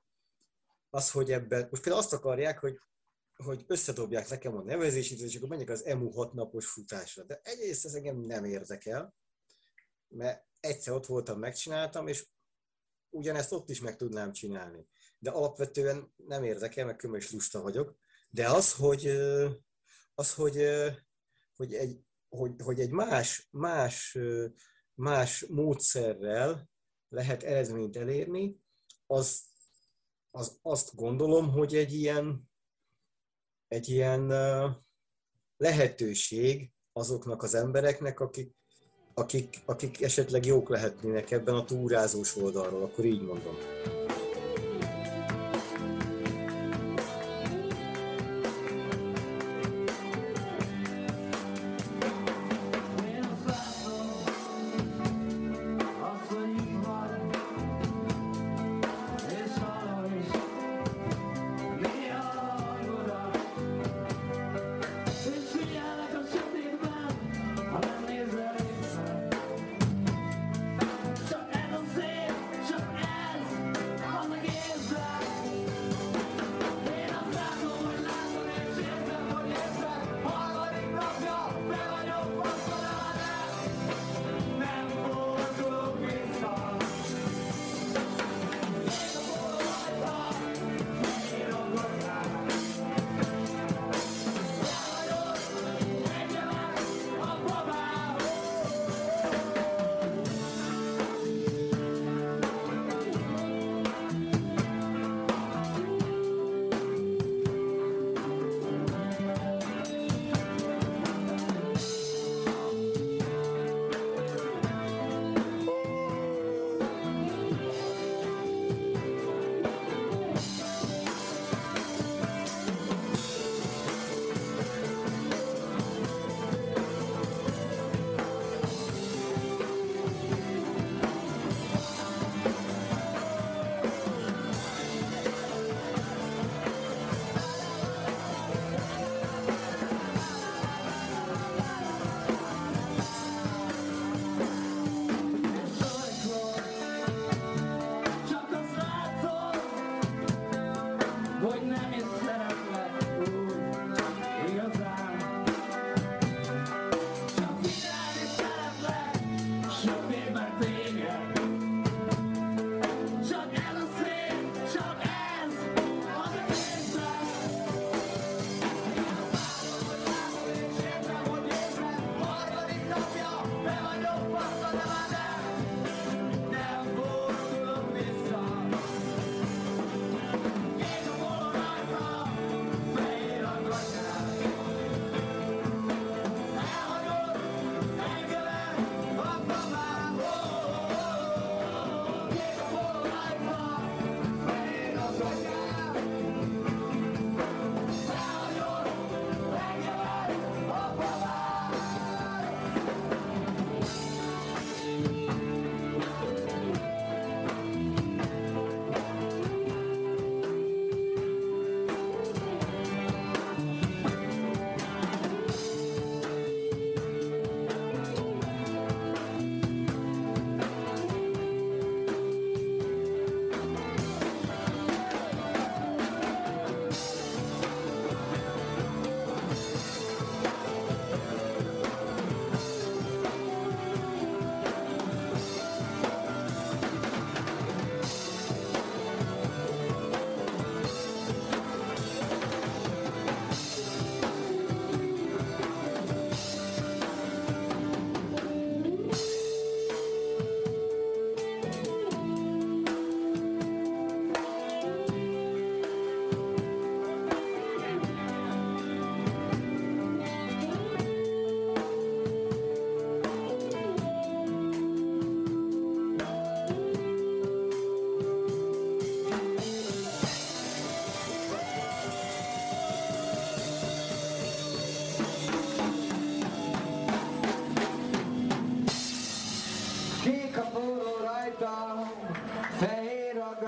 az, hogy ebben, most például azt akarják, hogy, hogy összedobják nekem a nevezését, és akkor menjek az emu hat napos futásra, de egyrészt ez engem nem érdekel, mert egyszer ott voltam, megcsináltam, és ugyanezt ott is meg tudnám csinálni. De alapvetően nem érdekel, meg különben is lusta vagyok. De az, hogy, az, hogy, hogy, egy, hogy, hogy egy más, más, más módszerrel lehet eredményt elérni, az, az azt gondolom, hogy egy ilyen, egy ilyen lehetőség azoknak az embereknek, akik Akik, akik esetleg jók lehetnének ebben a túrázós oldalról, akkor így mondom.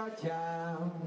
atyám,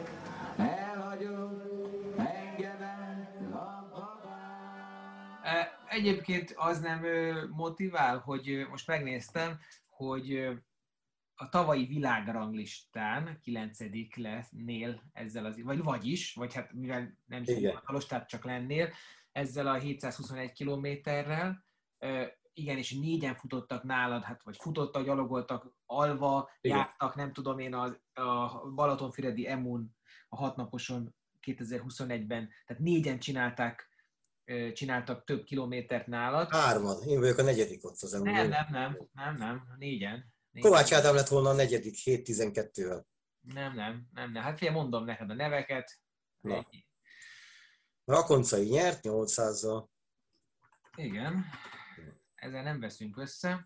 elhagyott engemet a babám. Egyébként az nem motivál, hogy most megnéztem, hogy a tavalyi világranglistán kilencedik lennél ezzel az, vagy vagyis, vagy hát mivel nem hivatalos, tehát csak lennél, ezzel a hétszázhuszonegy kilométerrel, igen, és négyen futottak nálad, hát vagy futottak, gyalogoltak, alva, igen. Jártak, nem tudom én, a, a Balatonfüredi Emun a hatnaposon kétezer-huszonegyben, tehát négyen csinálták, csináltak több kilométert nálad. Hárman, én vagyok a negyedik ott az Emun. Nem, nem, nem, nem, nem, négyen. Kovács Ádám lett volna a negyedik, hét tizenkettővel. Nem, nem, nem, nem. Hát figyelj, mondom neked a neveket. Rakoncai nyert nyolcszázzal. Igen. Ezzel nem veszünk össze.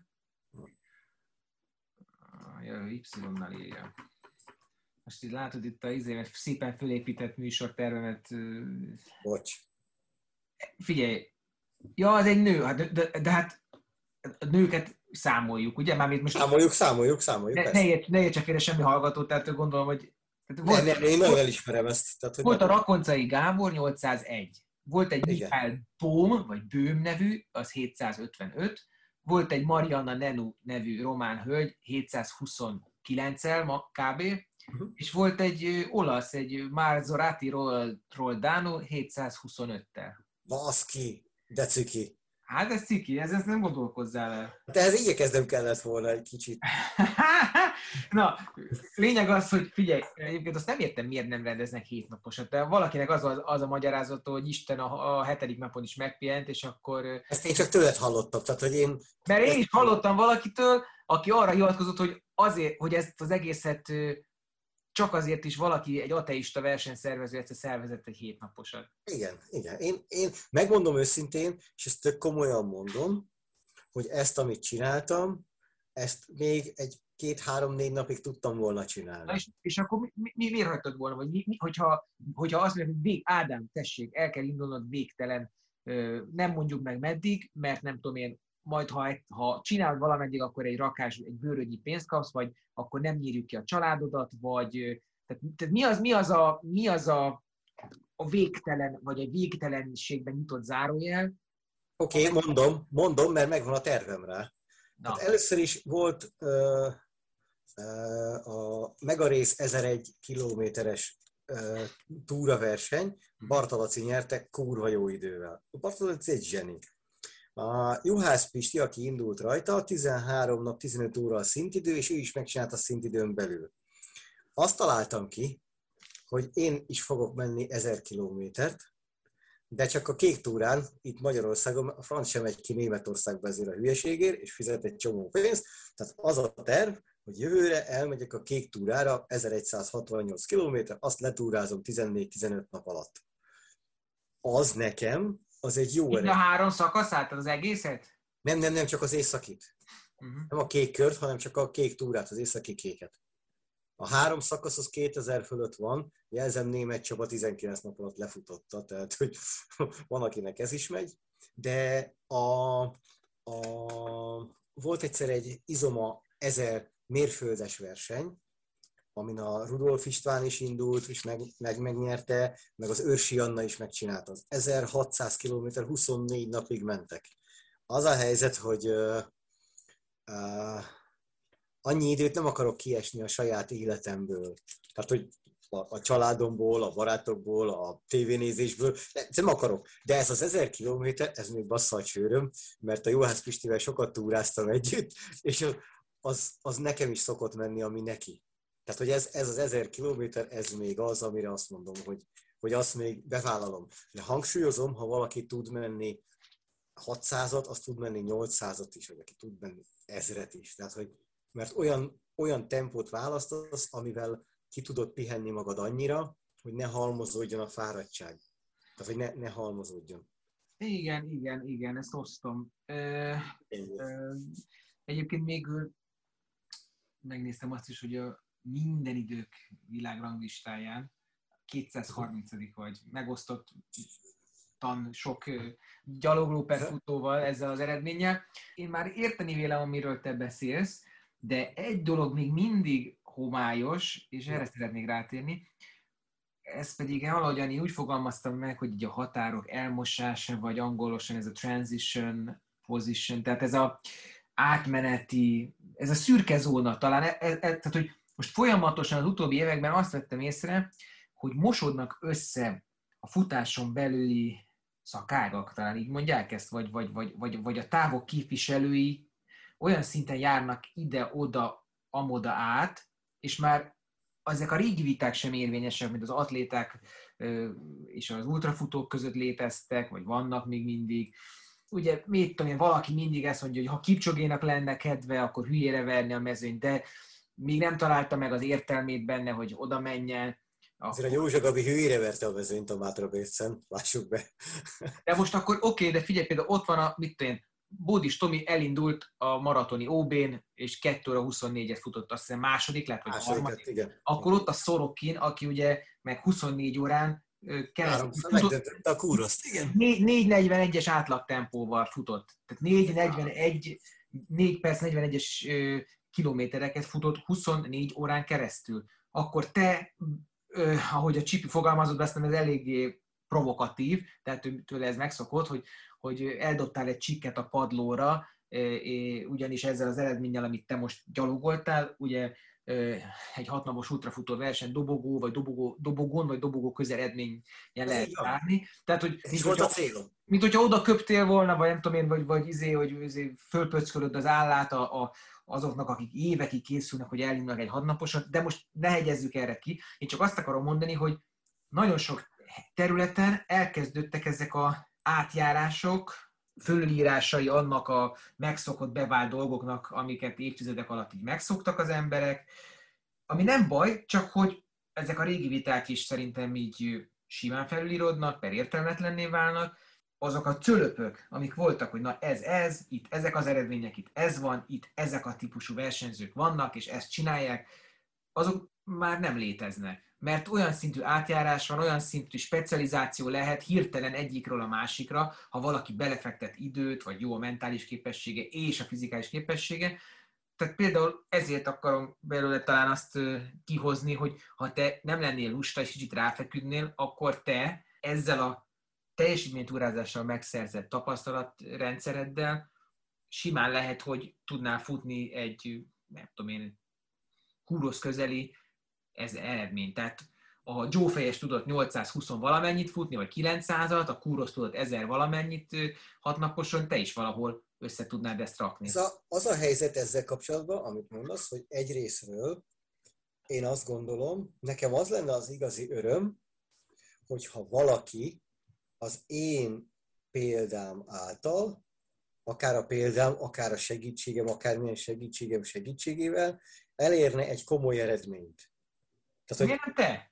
Jaj, Y-nal írja. Most így látod itt a izémet, szépen fölépített műsortervemet. Bocs. Figyelj. Ja, az egy nő, de, de, de hát a nőket számoljuk, ugye? Mármint most számoljuk, számoljuk, számoljuk. Ne, ne, ért, ne értse félre semmi hallgató, tehát gondolom, hogy... Tehát volt, ne, ne, én nagyon elismerem ezt. Tehát, hogy volt nem... a Rakoncai Gábor nyolcszázegy. Volt egy Michael Bohm, vagy Böhm nevű, az hétszázötvenöt. Volt egy Marianna Nenu nevű román hölgy, hétszázhuszonkilenccel kb. Uh-huh. És volt egy olasz, egy Marzorati Roldano hétszázhuszonöttel. Baszki, de ciki. Hát ez ciki, ez, ez nem gondolkozzál el. De ez igyekeznem kellett volna egy kicsit. Na, lényeg az, hogy figyelj, egyébként azt nem értem, miért nem rendeznek hétnaposat. De valakinek az, az, az a magyarázata, hogy Isten a, a hetedik napon is megpihent, és akkor... Ezt én csak tőled hallottam, tehát hogy én... Mert én is hallottam valakitől, aki arra hivatkozott, hogy azért, hogy ezt az egészet csak azért is valaki, egy ateista versenyszervező egyszer szervezett egy hétnaposat. Igen, igen. Én, én megmondom őszintén, és ezt tök komolyan mondom, hogy ezt, amit csináltam, ezt még egy két-három-négy napig tudtam volna csinálni. Na és, és akkor mi, mi, mi, miért hagytad volna? Vagy mi, mi, hogyha, hogyha azt mondjuk, hogy vég, Ádám, tessék, el kell indulnod végtelen, nem mondjuk meg meddig, mert nem tudom én, majd ha, ha csinálod valameddig, akkor egy rakás, egy bőrögyi pénzt kapsz, vagy akkor nem nyírjuk ki a családodat, vagy tehát, tehát mi az, mi az, a, mi az a, a végtelen, vagy a végtelenségben nyitott zárójel? Oké, okay, mondom, mondom, mert megvan a tervem rá. Hát először is volt uh, uh, a Megarész ezer-egy kilométeres uh, túraverseny, Bartalaci nyerte kurva jó idővel. A Bartalaci egy zseni. A Juhász Pisti, aki indult rajta, tizenhárom nap, tizenöt óra a szintidő, és ő is megcsinálta a szintidőn belül. Azt találtam ki, hogy én is fogok menni ezer kilométert, de csak a kék túrán, itt Magyarországon, a franc sem megy ki Németországba ezért a hülyeségért, és fizet egy csomó pénzt. Tehát az a terv, hogy jövőre elmegyek a kék túrára ezeregyszázhatvannyolc kilométer, azt letúrázom tizennégy-tizenöt nap alatt. Az nekem, az egy jó eredmény. A három szakaszát, az egészet? Nem, nem, nem, csak az északit. Uh-huh. Nem a kék kört, hanem csak a kék túrát, az északi kéket. A három szakasz az kétezer fölött van, jelzem Németh Csaba tizenkilenc nap alatt lefutotta, tehát hogy van, akinek ez is megy, de a, a, volt egyszer egy Izoma ezer mérföldes verseny, amin a Rudolf István is indult, és meg, meg megnyerte, meg az Őrsi Anna is megcsinálta. Az ezerhatszáz kilométer, huszonnégy napig mentek. Az a helyzet, hogy uh, uh, annyi időt nem akarok kiesni a saját életemből. Tehát, hogy a, a családomból, a barátokból, a tévénézésből, nem akarok. De ez az ezer kilométer, ez még bassza a csőröm, mert a Juhász Pistivel sokat túráztam együtt, és az, az nekem is szokott menni, ami neki. Tehát, hogy ez, ez az ezer kilométer, ez még az, amire azt mondom, hogy, hogy azt még bevállalom. De hangsúlyozom, ha valaki tud menni hatszázat, az tud menni nyolcszázat is, vagy aki tud menni ezret is. Tehát, hogy, mert olyan, olyan tempót választasz, amivel ki tudod pihenni magad annyira, hogy ne halmozódjon a fáradtság. Tehát, hogy ne, ne halmozódjon. Igen, igen, igen, ezt osztom. Ö, ö, egyébként még megnéztem azt is, hogy a minden idők világranglistáján kétszázharmincadik vagy, megosztott tan sok gyalogló per futóval ezzel az eredménnyel. Én már érteni vélem, amiről te beszélsz, de egy dolog még mindig, homályos, és erre szeretnék rátérni. Ez pedig valahogyan én úgy fogalmaztam meg, hogy így a határok elmosása, vagy angolosan ez a transition position, tehát ez a átmeneti, ez a szürke zóna talán, ez, ez, tehát hogy most folyamatosan az utóbbi években azt vettem észre, hogy mosódnak össze a futáson belüli szakágak, talán így mondják ezt, vagy, vagy, vagy, vagy, vagy a távok képviselői olyan szinten járnak ide-oda, amoda át, és már ezek a régi viták sem érvényesek, mint az atléták és az ultrafutók között léteztek, vagy vannak még mindig. Ugye, mit tudom én, valaki mindig ezt mondja, hogy ha Kipcsogénak lenne kedve, akkor hülyére verni a mezőnyt, de még nem találta meg az értelmét benne, hogy oda menjen. Azért a Józsa Gabi hülyére verte a mezőnyt a Mátra-Bércen, lássuk be. De most akkor oké, okay, de figyelj, például ott van a, mit tudom én, Bódis Tomi elindult a maratoni ó bén, és kettő óra huszonnégyet futott, azt hiszem második lett, vagy a harmadik. Igen. Akkor ott a Szorokin, aki ugye meg huszonnégy órán keresztül futott. A kúroszt, igen. négy negyvenegyes átlagtempóval futott. Tehát négy negyvenegy, négy perc negyvenegyes kilométereket futott huszonnégy órán keresztül. Akkor te, ahogy a Csipi fogalmazott, azt ez eléggé provokatív, tehát tőle ez megszokott, hogy, hogy eldobtál egy csikket a padlóra, ugyanis ezzel az eredménnyel, amit te most gyalogoltál, ugye egy hatnapos ultrafutó verseny dobogó, vagy dobogó, dobogón, vagy dobogó közeredményen lehet várni. Tehát, hogy mint, volt hogyha, a célom. Mint hogyha oda köptél volna, vagy nem tudom én, vagy, vagy izé, hogy izé fölpöckölöd az állát a, a, azoknak, akik évekig készülnek, hogy elindulnak egy hatnaposat, de most ne hegyezzük erre ki. Én csak azt akarom mondani, hogy nagyon sok területen elkezdődtek ezek a átjárások, fölírásai annak a megszokott, bevált dolgoknak, amiket évtizedek alatt így megszoktak az emberek, ami nem baj, csak hogy ezek a régi viták is szerintem így simán felülírodnak, per értelmetlenné válnak. Azok a cölöpök, amik voltak, hogy na ez, ez, itt ezek az eredmények, itt ez van, itt ezek a típusú versenyzők vannak, és ezt csinálják, azok már nem léteznek. Mert olyan szintű átjárás van, olyan szintű specializáció lehet hirtelen egyikről a másikra, ha valaki belefektet időt, vagy jó a mentális képessége és a fizikális képessége. Tehát például ezért akarom belőle talán azt kihozni, hogy ha te nem lennél lusta és kicsit ráfeküdnél, akkor te ezzel a teljesítménytúrázással megszerzett tapasztalatrendszereddel simán lehet, hogy tudnál futni egy, nem tudom én, Kúrosz közeli ez eredmény. Tehát a Joe Fejes tudott nyolcszázhúsz valamennyit futni, vagy kilencszázat, a Kúrosz tudott ezer valamennyit hatnaposon, te is valahol össze tudnád ezt rakni. Az a, az a helyzet ezzel kapcsolatban, amit mondasz, hogy egyrészről én azt gondolom, nekem az lenne az igazi öröm, hogyha valaki az én példám által, akár a példám, akár a segítségem, akár milyen segítségem segítségével elérne egy komoly eredményt. Tehát, miért nem te?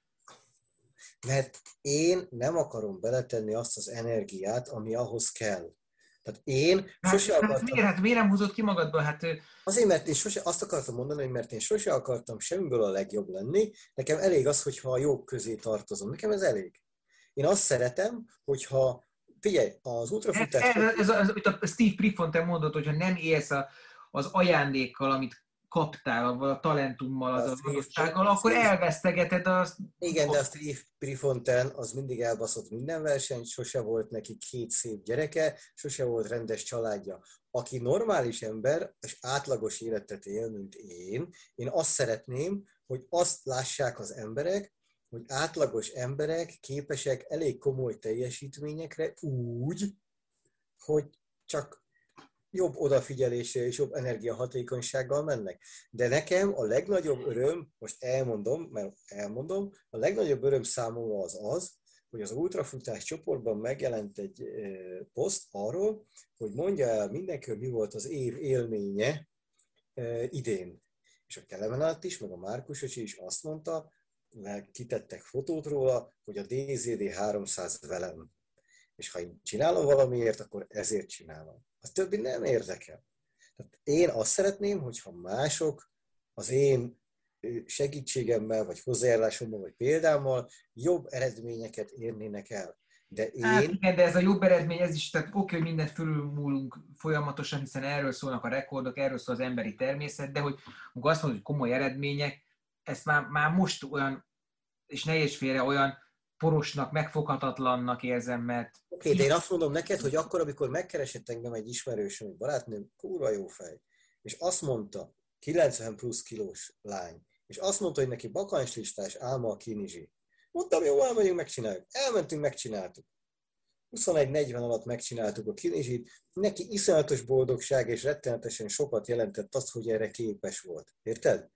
Mert én nem akarom beletenni azt az energiát, ami ahhoz kell. Tehát én hát, sose hát akartam... Miért, hát miért nem húzott ki magadból? Hát... Azért, mert én sose, azt akartam mondani, hogy mert én sose akartam semmiből a legjobb lenni, nekem elég az, hogyha a jók közé tartozom. Nekem ez elég. Én azt szeretem, hogyha... Figyelj, az ultrafutás... Ez, ez, ez, ez, a Steve Prefontaine mondott, hogyha nem élsz a, az ajándékkal, amit kaptál, vagy a talentummal, az az adottsággal, akkor elvesztegeted azt. Igen, de a Steve Prefontaine az mindig elbaszott minden versenyt, sose volt neki két szép gyereke, sose volt rendes családja. Aki normális ember, és átlagos életet él, mint én, én azt szeretném, hogy azt lássák az emberek, hogy átlagos emberek képesek elég komoly teljesítményekre úgy, hogy csak jobb odafigyeléssel és jobb energiahatékonysággal mennek. De nekem a legnagyobb öröm, most elmondom, mert elmondom, a legnagyobb öröm számomra az az, hogy az ultrafutás csoportban megjelent egy poszt arról, hogy mondja el mindenki, mi volt az év élménye idén. És a Kelemen is, meg a Márkus is azt mondta, mert kitettek fotót róla, hogy a dé zé dé háromszáz velem. És ha én csinálom valamiért, akkor ezért csinálom. A többi nem érdekel. Tehát én azt szeretném, hogyha mások az én segítségemmel, vagy hozzájárulásommal, vagy példámmal jobb eredményeket érnének el. De én... Hát igen, de ez a jobb eredmény, ez is, tehát oké, hogy mindent fölülmúlunk folyamatosan, hiszen erről szólnak a rekordok, erről szól az emberi természet, de hogy amikor azt mondod, hogy komoly eredmények, ezt már, már most olyan, és ne érts félre, olyan porosnak, megfoghatatlannak érzem, mert... Oké, okay, de én azt mondom neked, hogy akkor, amikor megkeresett engem egy ismerősöm, egy barátnőm, kurva jó fej, és azt mondta, kilencven plusz kilós lány, és azt mondta, hogy neki bakancslistás álma a kinizsi. Mondtam, jó, elmegyünk, megcsináljuk. Elmentünk, megcsináltuk. huszonegy negyven alatt megcsináltuk a kinizsit, neki iszonyatos boldogság, és rettenetesen sokat jelentett azt, hogy erre képes volt. Érted?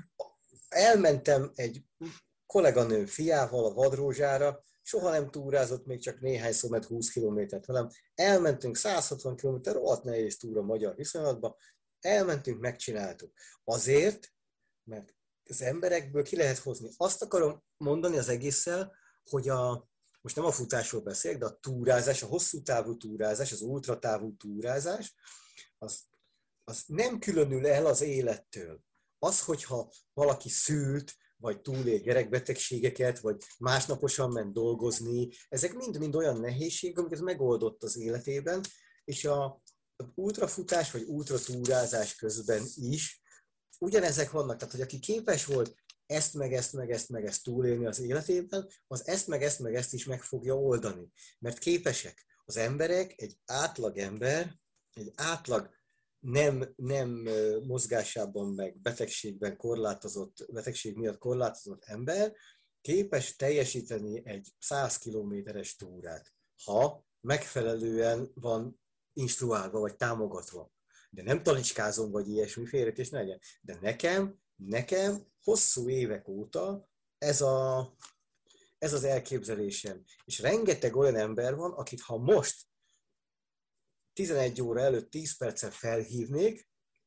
Elmentem egy kolléganőm fiával a Vadrózsára, soha nem túrázott, még csak néhányszor, mert húsz kilométert velem. Elmentünk száz hatvan kilométer, rohadt nehéz túra magyar viszonylatban. Elmentünk, megcsináltuk. Azért, mert az emberekből ki lehet hozni. Azt akarom mondani az egésszel, hogy a, most nem a futásról beszélek, de a túrázás, a hosszú távú túrázás, az ultratávú túrázás, az, az nem különül el az élettől. Az, hogyha valaki szült, vagy túlél gyerekbetegségeket, vagy másnaposan ment dolgozni, ezek mind-mind olyan nehézségek, amiket megoldott az életében, és a ultrafutás, vagy ultratúrázás közben is ugyanezek vannak. Tehát, hogy aki képes volt ezt, meg ezt, meg ezt, meg ezt túlélni az életében, az ezt, meg ezt, meg ezt is meg fogja oldani. Mert képesek az emberek, egy átlag ember, egy átlag nem, nem mozgásában, meg betegségben korlátozott, betegség miatt korlátozott ember képes teljesíteni egy száz kilométeres túrát, ha megfelelően van instruálva, vagy támogatva. De nem talicskázom, vagy ilyesmi, félretés ne legyen. De nekem, nekem hosszú évek óta ez, a, ez az elképzelésem. És rengeteg olyan ember van, akit ha most tizenegy óra előtt tíz perccel felhívnék,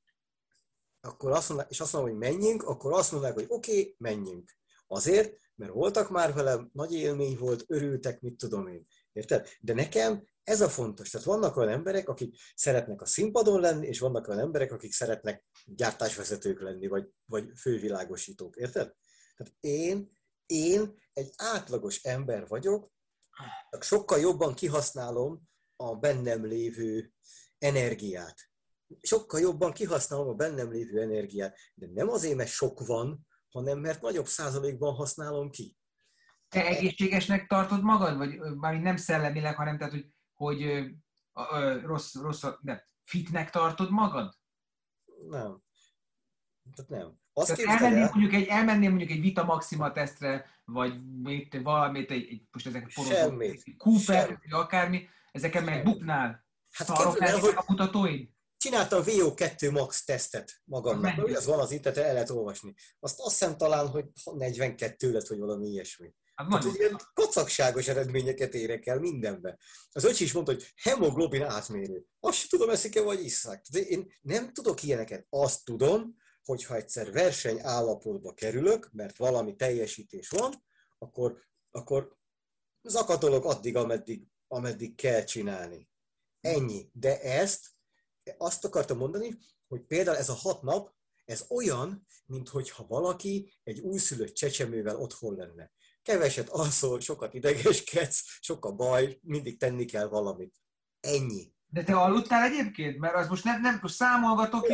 akkor azt mondják, és azt mondom, hogy menjünk, akkor azt mondják, hogy oké, okay, menjünk. Azért, mert voltak már velem, nagy élmény volt, örültek, mit tudom én. Érted? De nekem ez a fontos. Tehát vannak olyan emberek, akik szeretnek a színpadon lenni, és vannak olyan emberek, akik szeretnek gyártásvezetők lenni, vagy, vagy fővilágosítók. Érted? Tehát én, én egy átlagos ember vagyok, sokkal jobban kihasználom a bennem lévő energiát. Sokkal jobban kihasználom a bennem lévő energiát. De nem azért, mert sok van, hanem mert nagyobb százalékban használom ki. Te egészségesnek tartod magad? Vagy mármint nem szellemileg, hanem tehát, hogy, hogy ö, ö, rossz, rossz, nem, fitnek tartod magad? Nem. Tehát nem. Azt tehát elmenném, mondjuk egy, elmenném mondjuk egy Vita Maxima tesztre, vagy még valamit, egy, egy, most ezek porozók, egy Cooper, vagy akármi, ezeken meg buknál. Hát szarok el, hogy a mutatóid? Csináltam a vé o kettő Max tesztet magamnak, mert az van az itt, el lehet olvasni. Azt azt hiszem talán, hogy negyvenkettő lett, vagy valami ilyesmi. Hát tehát, ilyen kacagságos eredményeket érek el mindenben. Az öcsi is mondta, hogy hemoglobin átmérő. Azt sem tudom, eszik-e vagy isszák. Én nem tudok ilyeneket. Azt tudom, hogy ha egyszer verseny állapotba kerülök, mert valami teljesítés van, akkor, akkor zakatolok addig, ameddig, ameddig kell csinálni. Ennyi. De ezt, azt akartam mondani, hogy például ez a hat nap, ez olyan, minthogyha valaki egy újszülött csecsemővel otthon lenne. Keveset alszol, sokat idegeskedsz, sok a baj, mindig tenni kell valamit. Ennyi. De te aludtál egyébként? Mert az most nem, nem most számolgatok.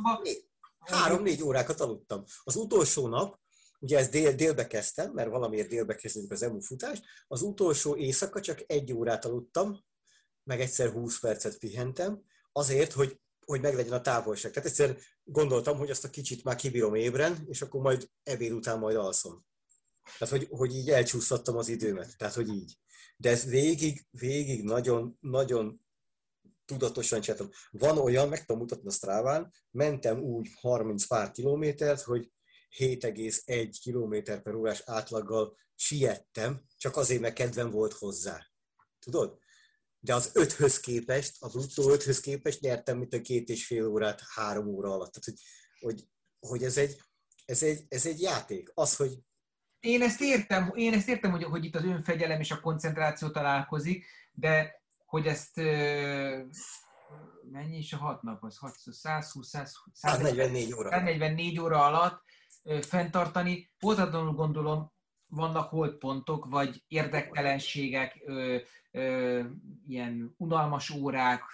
Három-négy órákat aludtam. Az utolsó nap, ugye ezt dél, délbe kezdtem, mert valamiért délbe kezdünk az emu futást, az utolsó éjszaka csak egy órát aludtam, meg egyszer húsz percet pihentem, azért, hogy, hogy meglegyen a távolság. Tehát egyszer gondoltam, hogy azt a kicsit már kibírom ébren, és akkor majd ebéd után majd alszom. Tehát, hogy, hogy így elcsúsztattam az időmet. Tehát, hogy így. De ez végig, végig nagyon, nagyon tudatosan csináltam. Van olyan, meg tudom mutatni a Stráván, mentem úgy harminc pár kilométert, hogy hét egész egy kilométer per órás átlaggal siettem, csak azért, mert kedvem volt hozzá. Tudod? De az öthöz képest, az bruttó öthöz képest nyertem, mint a két és fél órát három óra alatt. Tehát, hogy, hogy, hogy ez, egy, ez, egy, ez egy játék. Az, hogy Én ezt értem, én ezt értem hogy, hogy itt az önfegyelem és a koncentráció találkozik, de hogy ezt mennyi is a hat nap, az százhúsz, száznegyvennégy óra. száznegyvennégy óra alatt fenntartani, voltatlanul gondolom, vannak holdpontok, vagy érdektelenségek, ö, ö, ilyen unalmas órák,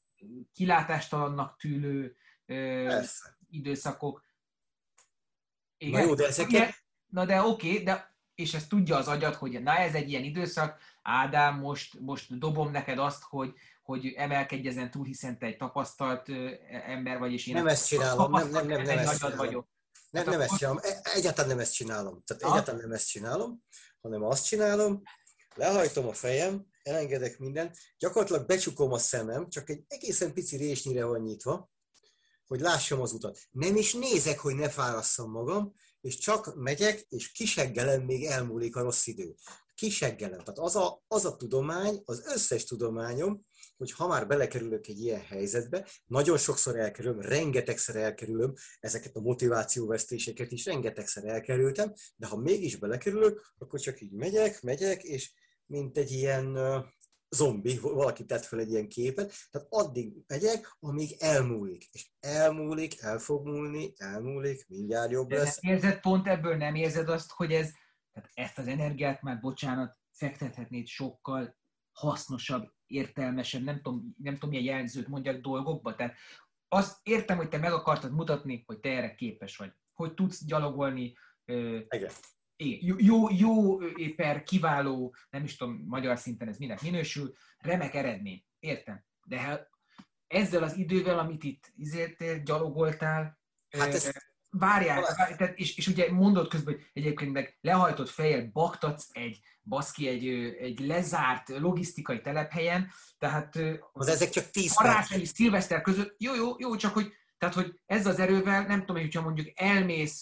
kilátástalannak tűnő ö, időszakok. Igen? Na jó, de ezeket... Na de oké, okay, de és ezt tudja az agyad, hogy na ez egy ilyen időszak, Ádám, most, most dobom neked azt, hogy, hogy emelkedj ezen túl, hiszen te egy tapasztalt ember vagy, és én nem ezt csinálom, nem, nem, nem, nem ezt csinálom. Vagyok. Nem, hát nem akkor... ezt csinálom, egyáltalán nem ezt csinálom. Tehát ha? egyáltalán nem ezt csinálom, hanem azt csinálom, lehajtom a fejem, elengedek mindent, gyakorlatilag becsukom a szemem, csak egy egészen pici résnyire van nyitva, hogy lássam az utat. Nem is nézek, hogy ne fárasszam magam, és csak megyek, és kiseggelem, még elmúlik a rossz idő. Kiseggelem. Tehát az a, az a tudomány, az összes tudományom, hogy ha már belekerülök egy ilyen helyzetbe, nagyon sokszor elkerülöm, rengetegszer elkerülöm, ezeket a motivációvesztéseket is rengetegszer elkerültem, de ha mégis belekerülök, akkor csak így megyek, megyek, és mint egy ilyen uh, zombi, valaki tett fel egy ilyen képet, tehát addig megyek, amíg elmúlik. És elmúlik, el fog múlni, elmúlik, mindjárt jobb de lesz. Nem érzed pont ebből, nem érzed azt, hogy ez, tehát ezt az energiát már, bocsánat, fektethetnéd sokkal hasznosabb, értelmesebb, nem tudom, nem tudom milyen jelzőt mondjak dolgokba, tehát azt értem, hogy te meg akartad mutatni, hogy te erre képes vagy, hogy tudsz gyalogolni, Igen. Jó, jó, jó per kiváló, nem is tudom, magyar szinten ez minek minősül, remek eredmény, értem. De hát ezzel az idővel, amit itt izéltél, gyalogoltál, hát ez... várjál, várjál tehát, és, és ugye mondod közben, hogy egyébként meg lehajtott fejjel baktatsz egy, baszki, egy, egy lezárt logisztikai telephelyen, tehát az ezek csak tíz karácsony és szilveszter között, jó, jó, jó, csak hogy, tehát, hogy ezzel az erővel, nem tudom, hogyha mondjuk elmész,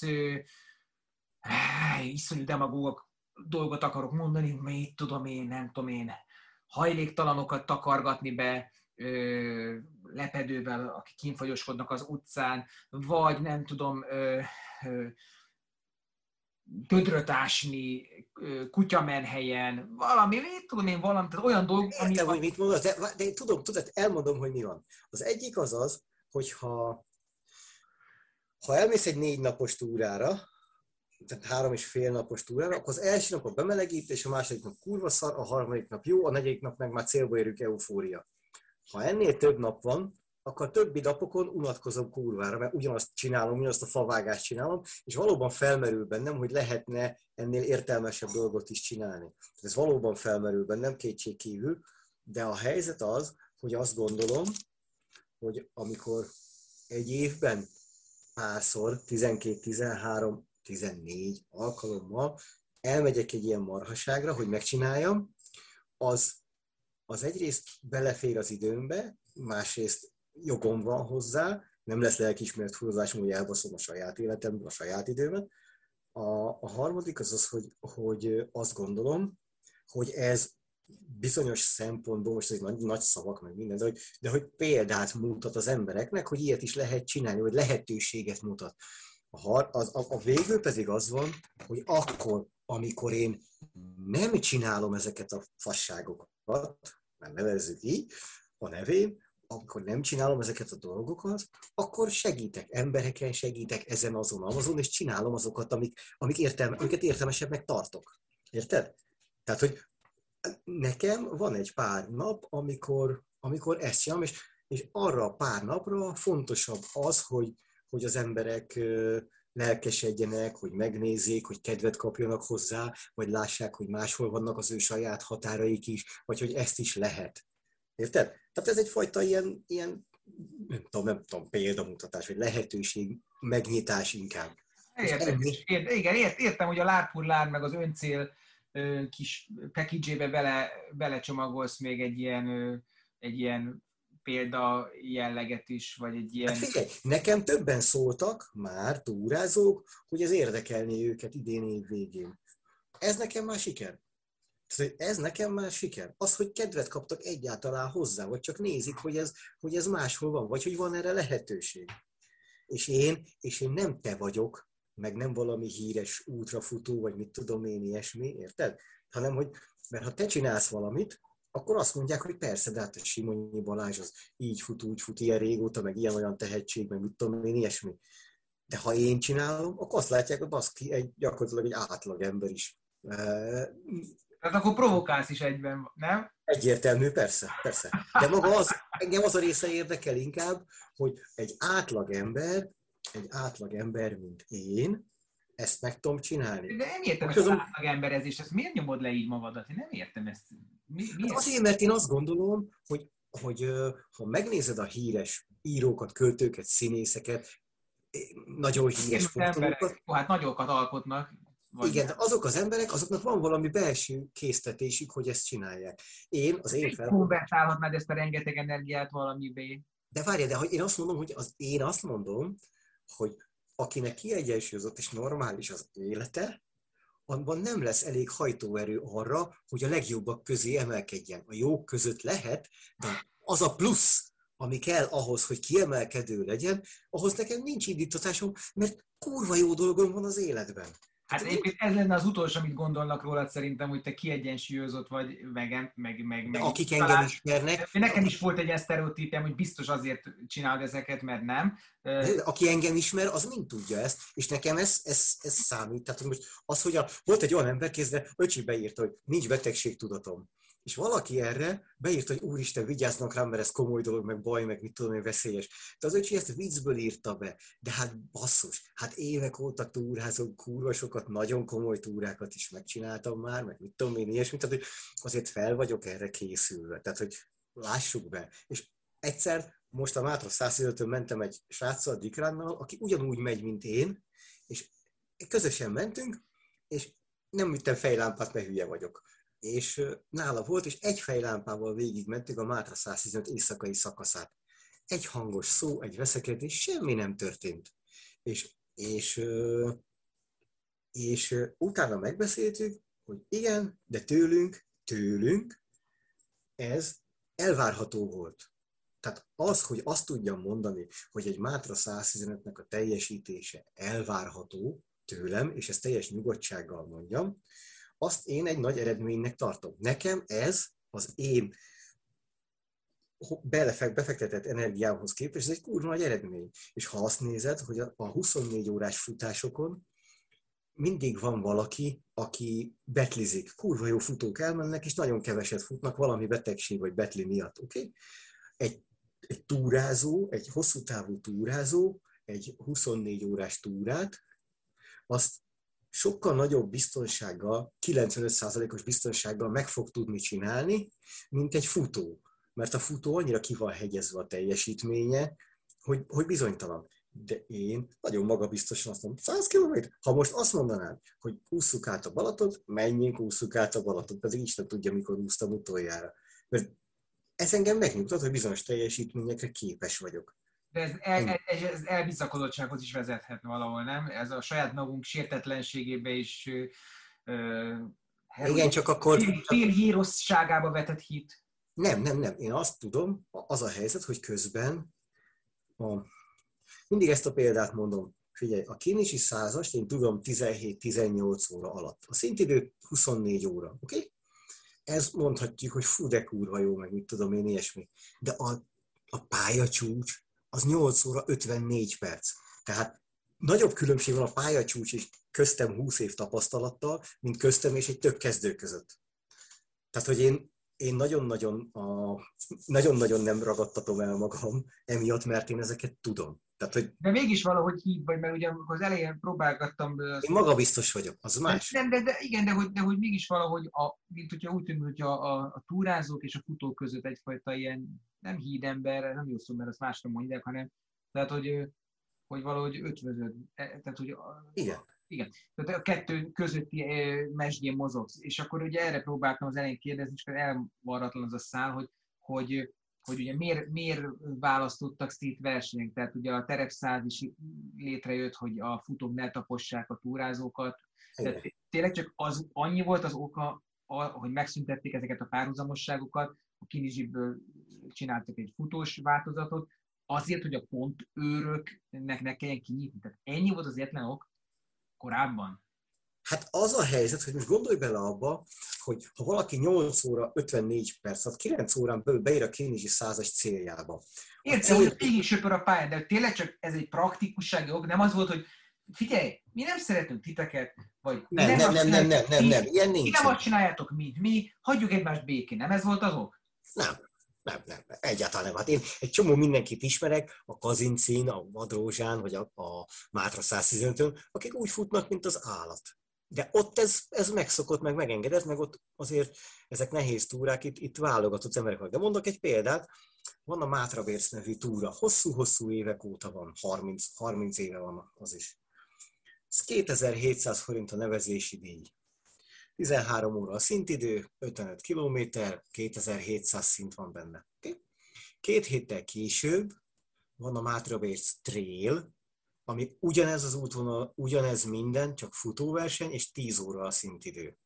iszonyú demagógok dolgot akarok mondani, mit tudom én, nem tudom én, hajléktalanokat takargatni be ö, lepedővel, akik kínfagyoskodnak az utcán, vagy nem tudom, ö, ö, gödröt ásni, ö, kutyamenhelyen, valami, mit tudom én, valami, tehát olyan dolgok, ami... Értem, hogy mit mondasz, de, de tudom, tudod, elmondom, hogy mi van. Az egyik az az, hogyha ha elmész egy négy napos túrára, tehát három és fél napos túrára, akkor az első nap a bemelegítés, a második nap kurva szar, a harmadik nap jó, a negyedik nap meg már célba érünk, eufória. Ha ennél több nap van, akkor a többi napokon unatkozom kurvára, mert ugyanazt csinálom, ugyanazt a favágást csinálom, és valóban felmerül bennem, hogy lehetne ennél értelmesebb dolgot is csinálni. Ez valóban felmerül bennem, kétség kívül, de a helyzet az, hogy azt gondolom, hogy amikor egy évben párszor, tizenkét, tizenhárom, tizennégy alkalommal elmegyek egy ilyen marhaságra, hogy megcsináljam, az, az egyrészt belefér az időmbe, másrészt jogom van hozzá, nem lesz lelkiismeret furdalásom, hogy elbaszom a saját életemben, a saját időmet. A, a harmadik az az, hogy, hogy azt gondolom, hogy ez bizonyos szempontból, most ez nagy, nagy szavak, meg minden, de hogy, de hogy példát mutat az embereknek, hogy ilyet is lehet csinálni, hogy lehetőséget mutat. A, az, a, a végül pedig az van, hogy akkor, amikor én nem csinálom ezeket a fasságokat, már nevezzük így a nevén, amikor nem csinálom ezeket a dolgokat, akkor segítek, embereken segítek ezen azon, azon, és csinálom azokat, amik, amik értelme, amiket értelmesebbnek tartok. Érted? Tehát, hogy nekem van egy pár nap, amikor, amikor ezt csinálom, és, és arra a pár napra fontosabb az, hogy, hogy az emberek lelkesedjenek, hogy megnézzék, hogy kedvet kapjanak hozzá, vagy lássák, hogy máshol vannak az ő saját határaik is, vagy hogy ezt is lehet. Érted? Tehát ez egyfajta ilyen, ilyen nem tudom, nem tudom, példamutatás, vagy lehetőség megnyitás inkább. Értem, ért, igen, ért, értem, hogy a lárpurlár meg az öncél kis package-ébe bele, belecsomagolsz még egy ilyen, egy ilyen példa jelleget is, vagy egy ilyen... Hát figyelj, nekem többen szóltak már, túrázók, hogy ez érdekelné őket idén év végén. Ez nekem már siker. Ez nekem már siker. Az, hogy kedvet kaptak egyáltalán hozzá, vagy csak nézik, hogy ez, hogy ez máshol van, vagy hogy van erre lehetőség. És én, és én nem te vagyok, meg nem valami híres útrafutó, vagy mit tudom én, ilyesmi, érted? Hanem, hogy, mert ha te csinálsz valamit, akkor azt mondják, hogy persze, de hát a Simonyi Balázs az így fut, úgy fut, ilyen régóta, meg ilyen-olyan tehetség, meg mit tudom én, ilyesmi. De ha én csinálom, akkor azt látják, hogy baszki, egy, gyakorlatilag egy átlag ember is. Tehát akkor provokálsz is egyben, nem? Egyértelmű, persze, persze. De maga az, engem az a része érdekel inkább, hogy egy átlag ember, egy átlag ember, mint én, ezt meg tudom csinálni. De nem értem Most ezt azon... az átlag emberezést, ezt miért nyomod le így magadat? Én nem értem ezt. Mi, hát azért, mert én azt gondolom, hogy, hogy ha megnézed a híres írókat, költőket, színészeket, nagyon híres sportolókat. Hát nagyokat alkotnak. Vagy igen, de azok az emberek, azoknak van valami belső késztetésük, hogy ezt csinálják. Én, az én fel... konvertálhatnád ezt a rengeteg energiát valamibe. De várj, de hogy én azt mondom, hogy az, én azt mondom, hogy akinek kiegyensúlyozott és normális az élete, abban nem lesz elég hajtóerő arra, hogy a legjobbak közé emelkedjen. A jók között lehet, de az a plusz, ami kell ahhoz, hogy kiemelkedő legyen, ahhoz nekem nincs indítatásom, mert kurva jó dolgom van az életben. Hát egyébként ez lenne az utolsó, amit gondolnak rólad szerintem, hogy te kiegyensúlyozott vagy, meg... meg, meg, meg akik engem talán, ismernek... Nekem is volt egy ilyen sztereotípiám, hogy biztos azért csinálod ezeket, mert nem. Aki engem ismer, az mind tudja ezt, és nekem ez, ez, ez számít. Tehát most az, hogy a, volt egy olyan ember kézre, öcsi beírta, hogy nincs betegségtudatom. És valaki erre beírta, hogy úristen, vigyázznak rám, mert ez komoly dolog, meg baj, meg mit tudom én, veszélyes. De az öcsi ezt viccből írta be. De hát basszus, hát évek óta túrázom, kurva sokat, nagyon komoly túrákat is megcsináltam már, meg mit tudom én, ilyesmit, tehát hogy azért fel vagyok erre készülve. Tehát, hogy lássuk be. És egyszer most a Mátra száztizenötön mentem egy sráccal, Dikránnal, aki ugyanúgy megy, mint én, és közösen mentünk, és nem vittem fejlámpát, mert hülye vagyok. És nála volt, és egy fejlámpával végigmentük a Mátra száztizenöt éjszakai szakaszát. Egy hangos szó, egy veszekedés, semmi nem történt. És, és, és utána megbeszéltük, hogy igen, de tőlünk, tőlünk ez elvárható volt. Tehát az, hogy azt tudjam mondani, hogy egy Mátra száztizenötnek a teljesítése elvárható tőlem, és ezt teljes nyugodtsággal mondjam, azt én egy nagy eredménynek tartom. Nekem ez az én befektetett energiámhoz képest, ez egy kurva nagy eredmény. És ha azt nézed, hogy a huszonnégy órás futásokon mindig van valaki, aki betlizik. Kurva jó futók elmennek, és nagyon keveset futnak valami betegség vagy betli miatt. Okay? Egy, egy túrázó, egy hosszú távú túrázó, egy huszonnégy órás túrát, azt sokkal nagyobb biztonsággal, kilencvenöt százalékos biztonsággal meg fog tudni csinálni, mint egy futó. Mert a futó annyira ki van hegyezve a teljesítménye, hogy, hogy bizonytalan. De én nagyon magabiztosan azt mondom, száz kilométer. Ha most azt mondanám, hogy ússzuk át a Balatot, menjünk, ússzuk át a Balatot, pedig Isten tudja, mikor úsztam utoljára. Mert ez engem megnyugtat, hogy bizonyos teljesítményekre képes vagyok. De ez, el, ez elbizakodottsághoz is vezethet valahol, nem? Ez a saját magunk sértetlenségébe is uh, igen, csak akkor... Fél, fél hírosságába vetett hit. Nem, nem, nem. Én azt tudom, az a helyzet, hogy közben a, mindig ezt a példát mondom. Figyelj, a Kinisi százast én tudom tizenhét-tizennyolc óra alatt. A szintidő huszonnégy óra, oké? Okay? Ez mondhatjuk, hogy fú, de kurva jó, meg mit tudom én, ilyesmi. De a, a pályacsúcs az nyolc óra ötvennégy perc. Tehát nagyobb különbség van a pályacsúcs és köztem húsz év tapasztalattal, mint köztem és egy tök kezdő között. Tehát, hogy én, én nagyon-nagyon, a, nagyon-nagyon nem ragadtatom el magam emiatt, mert én ezeket tudom. Tehát, hogy de mégis valahogy hív vagy, mert ugye amikor az elején próbálgattam... Én magabiztos vagyok, az más. Nem, de, de igen, de hogy, de hogy mégis valahogy, a, mint hogyha úgy tűnik, hogy a, a, a túrázók és a futók között egyfajta ilyen, nem hídember, nem jó szó, mert azt másra mondják, hanem tehát, hogy, hogy valahogy ötvözöd. Tehát, hogy, igen. Igen. Tehát a kettő közötti mesdjén mozogsz. És akkor ugye erre próbáltam az elején kérdezni, és akkor elvarratlan az a szál, hogy, hogy hogy ugye miért, miért választottak street versenyek, tehát ugye a terepszáz is létrejött, hogy a futók ne tapossák a túrázókat. Tehát tényleg csak az, annyi volt az oka, hogy megszüntették ezeket a párhuzamosságokat, a Kinizsiből csináltak egy futós változatot, azért, hogy a pontőröknek ne kelljen kinyitni. Tehát ennyi volt az egyetlen ok korábban. Hát az a helyzet, hogy most gondolj bele abba, hogy ha valaki nyolc óra ötvennégy percet, kilenc órán belül beír a Kinizsi százas céljába. Értem, cél... hogy végig söpör a pályán, de tényleg csak ez egy praktikussági ok, nem az volt, hogy figyelj, mi nem szeretünk titeket, vagy nem, nem, nem, nem, nem, nem, nem, ilyen nincs. Ti nem azt csináljátok, mint mi, hagyjuk egymást békén, nem ez volt az ok? Nem, nem, nem. Egyáltalán nem. Hát én egy csomó mindenkit ismerek, a Kazincin, a Vadrózsán, vagy a, a Mátra száz tizenötön, akik úgy futnak, mint az állat. De ott ez, ez megszokott, meg megengedett, meg ott azért ezek nehéz túrák, itt, itt válogatott emberek vannak. De mondok egy példát, van a Mátrabérc nevű túra, hosszú-hosszú évek óta van, harminc, harminc éve van az is. Ez kétezer-hétszáz forint a nevezési díj. tizenhárom óra a szintidő, ötvenöt kilométer, kétezer-hétszáz szint van benne. Okay? Két héttel később van a Mátrabérc Trail, ami ugyanez az útvonal, ugyanez minden, csak futóverseny, és tíz óra a szintidő.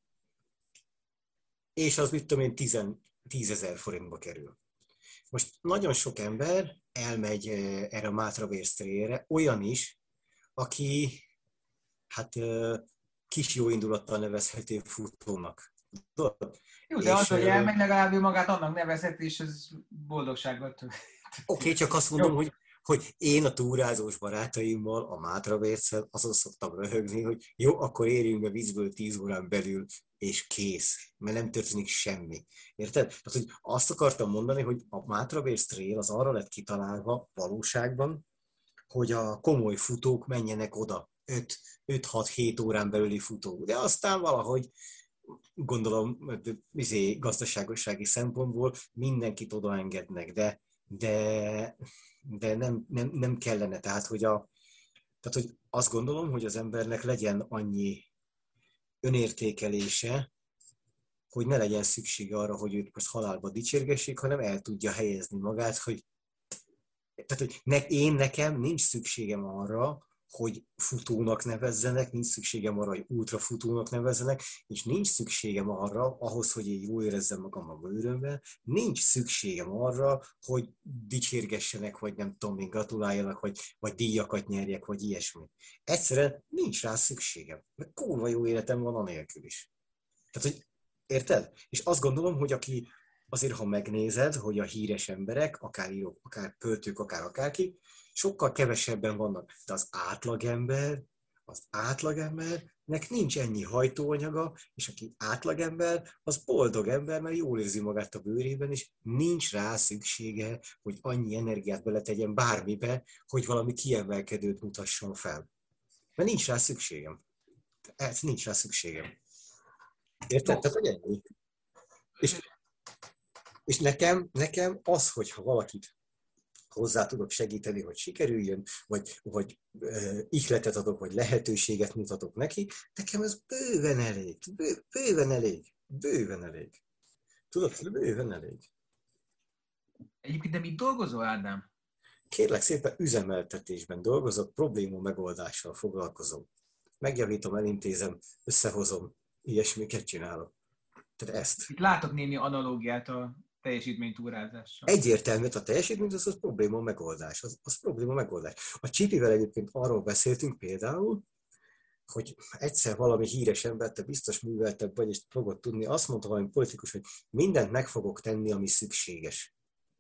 És az, mit tudom én, tízezer forintba kerül. Most nagyon sok ember elmegy erre a Mátrabérc Trailre, olyan is, aki hát kis jó indulattal nevezhető futónak. Jó, de az, hogy elmegy, legalább ő magát annak nevezhet, és ez boldogsággal több. Oké, okay, csak azt mondom, hogy, hogy én a túrázós barátaimmal a Mátrabérccel azon szoktam röhögni, hogy jó, akkor érjünk be vízből tíz órán belül, és kész, mert nem történik semmi. Érted? Tehát, hogy azt akartam mondani, hogy a Mátrabérc Trail az arra lett kitalálva valóságban, hogy a komoly futók menjenek oda, öt-hat-hét órán belüli futó. De aztán valahogy, gondolom, izé, gazdaságossági szempontból mindenkit odaengednek, de, de, de nem, nem, nem kellene. Tehát hogy, a, tehát, hogy azt gondolom, hogy az embernek legyen annyi önértékelése, hogy ne legyen szüksége arra, hogy őt most halálba dicsérgessék, hanem el tudja helyezni magát, hogy, tehát, hogy ne, én nekem nincs szükségem arra, hogy futónak nevezzenek, nincs szükségem arra, hogy ultrafutónak nevezzenek, és nincs szükségem arra, ahhoz, hogy én jól érezzem magam a bőrömben, nincs szükségem arra, hogy dicsérgessenek, vagy nem tudom, én gratuláljanak, vagy, vagy díjakat nyerjek, vagy ilyesmi. Egyszerűen nincs rá szükségem, mert kurva jó életem van anélkül is. Tehát, hogy érted? És azt gondolom, hogy aki azért, ha megnézed, hogy a híres emberek, akár írók, akár költők, akár akárki, sokkal kevesebben vannak. De az átlagember, az átlagembernek nincs ennyi hajtóanyaga, és aki átlagember, az boldog ember, mert jól érzi magát a bőrében, és nincs rá szüksége, hogy annyi energiát beletegyen bármibe, hogy valami kiemelkedőt mutasson fel. Mert nincs rá szükségem. Ez nincs rá szükségem. Érted? Tehát, hogy ennyi. És, és nekem, nekem az, hogyha valakit hozzá tudok segíteni, hogy sikerüljön, vagy, vagy uh, ihletet adok, vagy lehetőséget mutatok neki, nekem ez bőven elég, bő, bőven elég, bőven elég. Tudod, bőven elég. Egyébként nem itt dolgozol, Ádám? Kérlek szépen, üzemeltetésben dolgozok, probléma megoldással foglalkozom. Megjavítom, elintézem, összehozom, ilyesmiket csinálok. Tehát ezt. Itt látok némi analógiát a teljesítménytúrázással. Egyértelmű, a teljesítmény az, az probléma megoldás. Az, az probléma megoldás. A Csipivel egyébként arról beszéltünk például, hogy egyszer valami híres ember, te biztos műveltebb vagy, és fogod tudni, azt mondta valami politikus, hogy mindent meg fogok tenni, ami szükséges.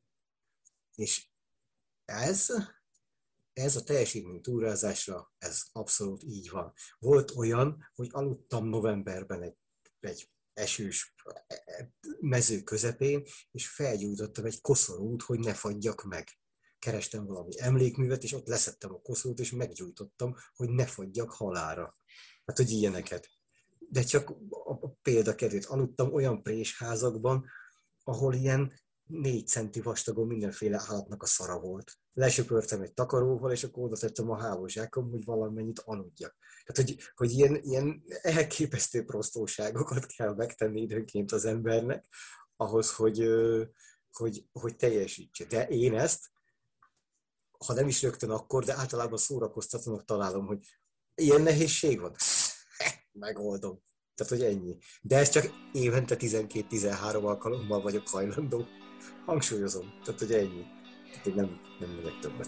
És ez, ez a teljesítménytúrázásra, ez abszolút így van. Volt olyan, hogy aludtam novemberben egy, egy esős mező közepén, és felgyújtottam egy koszorút, hogy ne fagyjak meg. Kerestem valami emlékművet, és ott leszettem a koszorút, és meggyújtottam, hogy ne fagyjak halálra. Hát, hogy ilyeneket. De csak a példa kedvéért aludtam olyan présházakban, ahol ilyen négy centi vastagon mindenféle állatnak a szara volt. Lesöpörtem egy takaróval, és akkor oda tettem a hálózsákom, hogy valamennyit aludjak. Tehát, hogy, hogy ilyen, ilyen elképesztő prostóságokat kell megtenni időnként az embernek, ahhoz, hogy, hogy, hogy teljesítse. De én ezt, ha nem is rögtön akkor, de általában szórakoztatónak találom, hogy ilyen nehézség van. Megoldom. Tehát, hogy ennyi. De ez csak évente tizenkét-tizenhárom alkalommal vagyok hajlandó. Hangsúlyozom. Tehát, hogy ennyi. Tehát, hogy nem, nem megyek többet.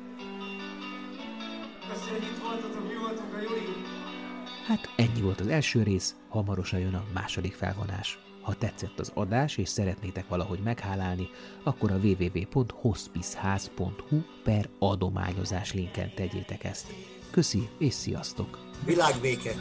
Köszönjük, itt voltatok, mi voltunk a Juli? Hát ennyi volt az első rész, hamarosan jön a második felvonás. Ha tetszett az adás és szeretnétek valahogy meghálálni, akkor a double-u double-u double-u pont hospiceház pont hu per adományozás linken tegyétek ezt. Köszi és sziasztok! Világbéke!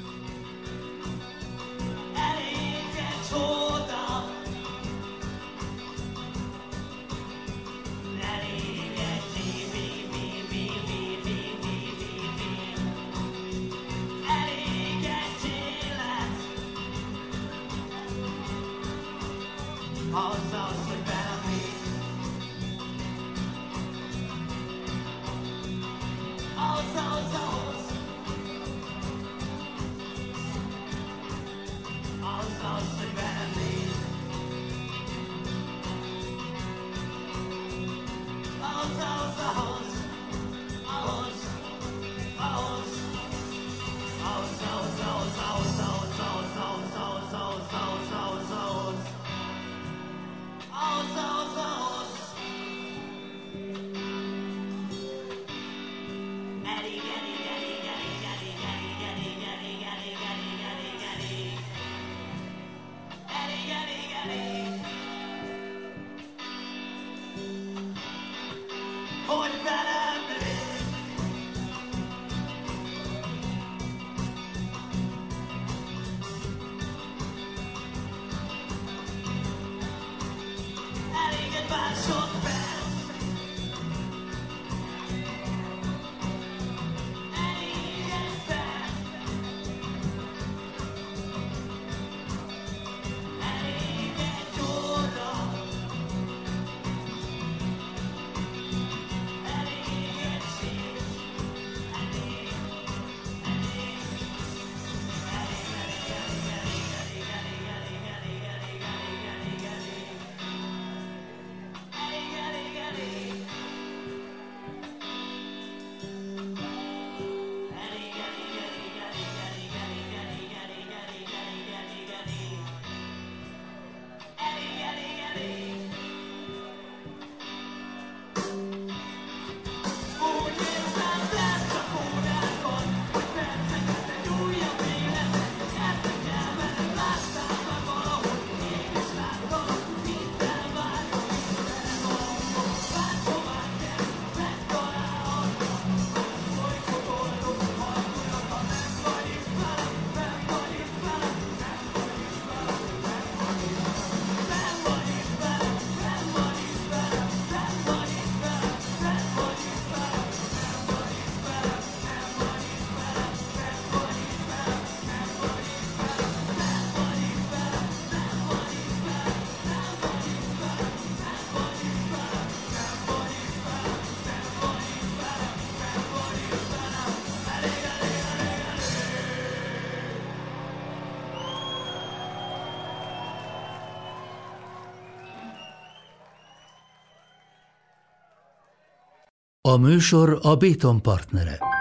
A műsor a Béton partnere.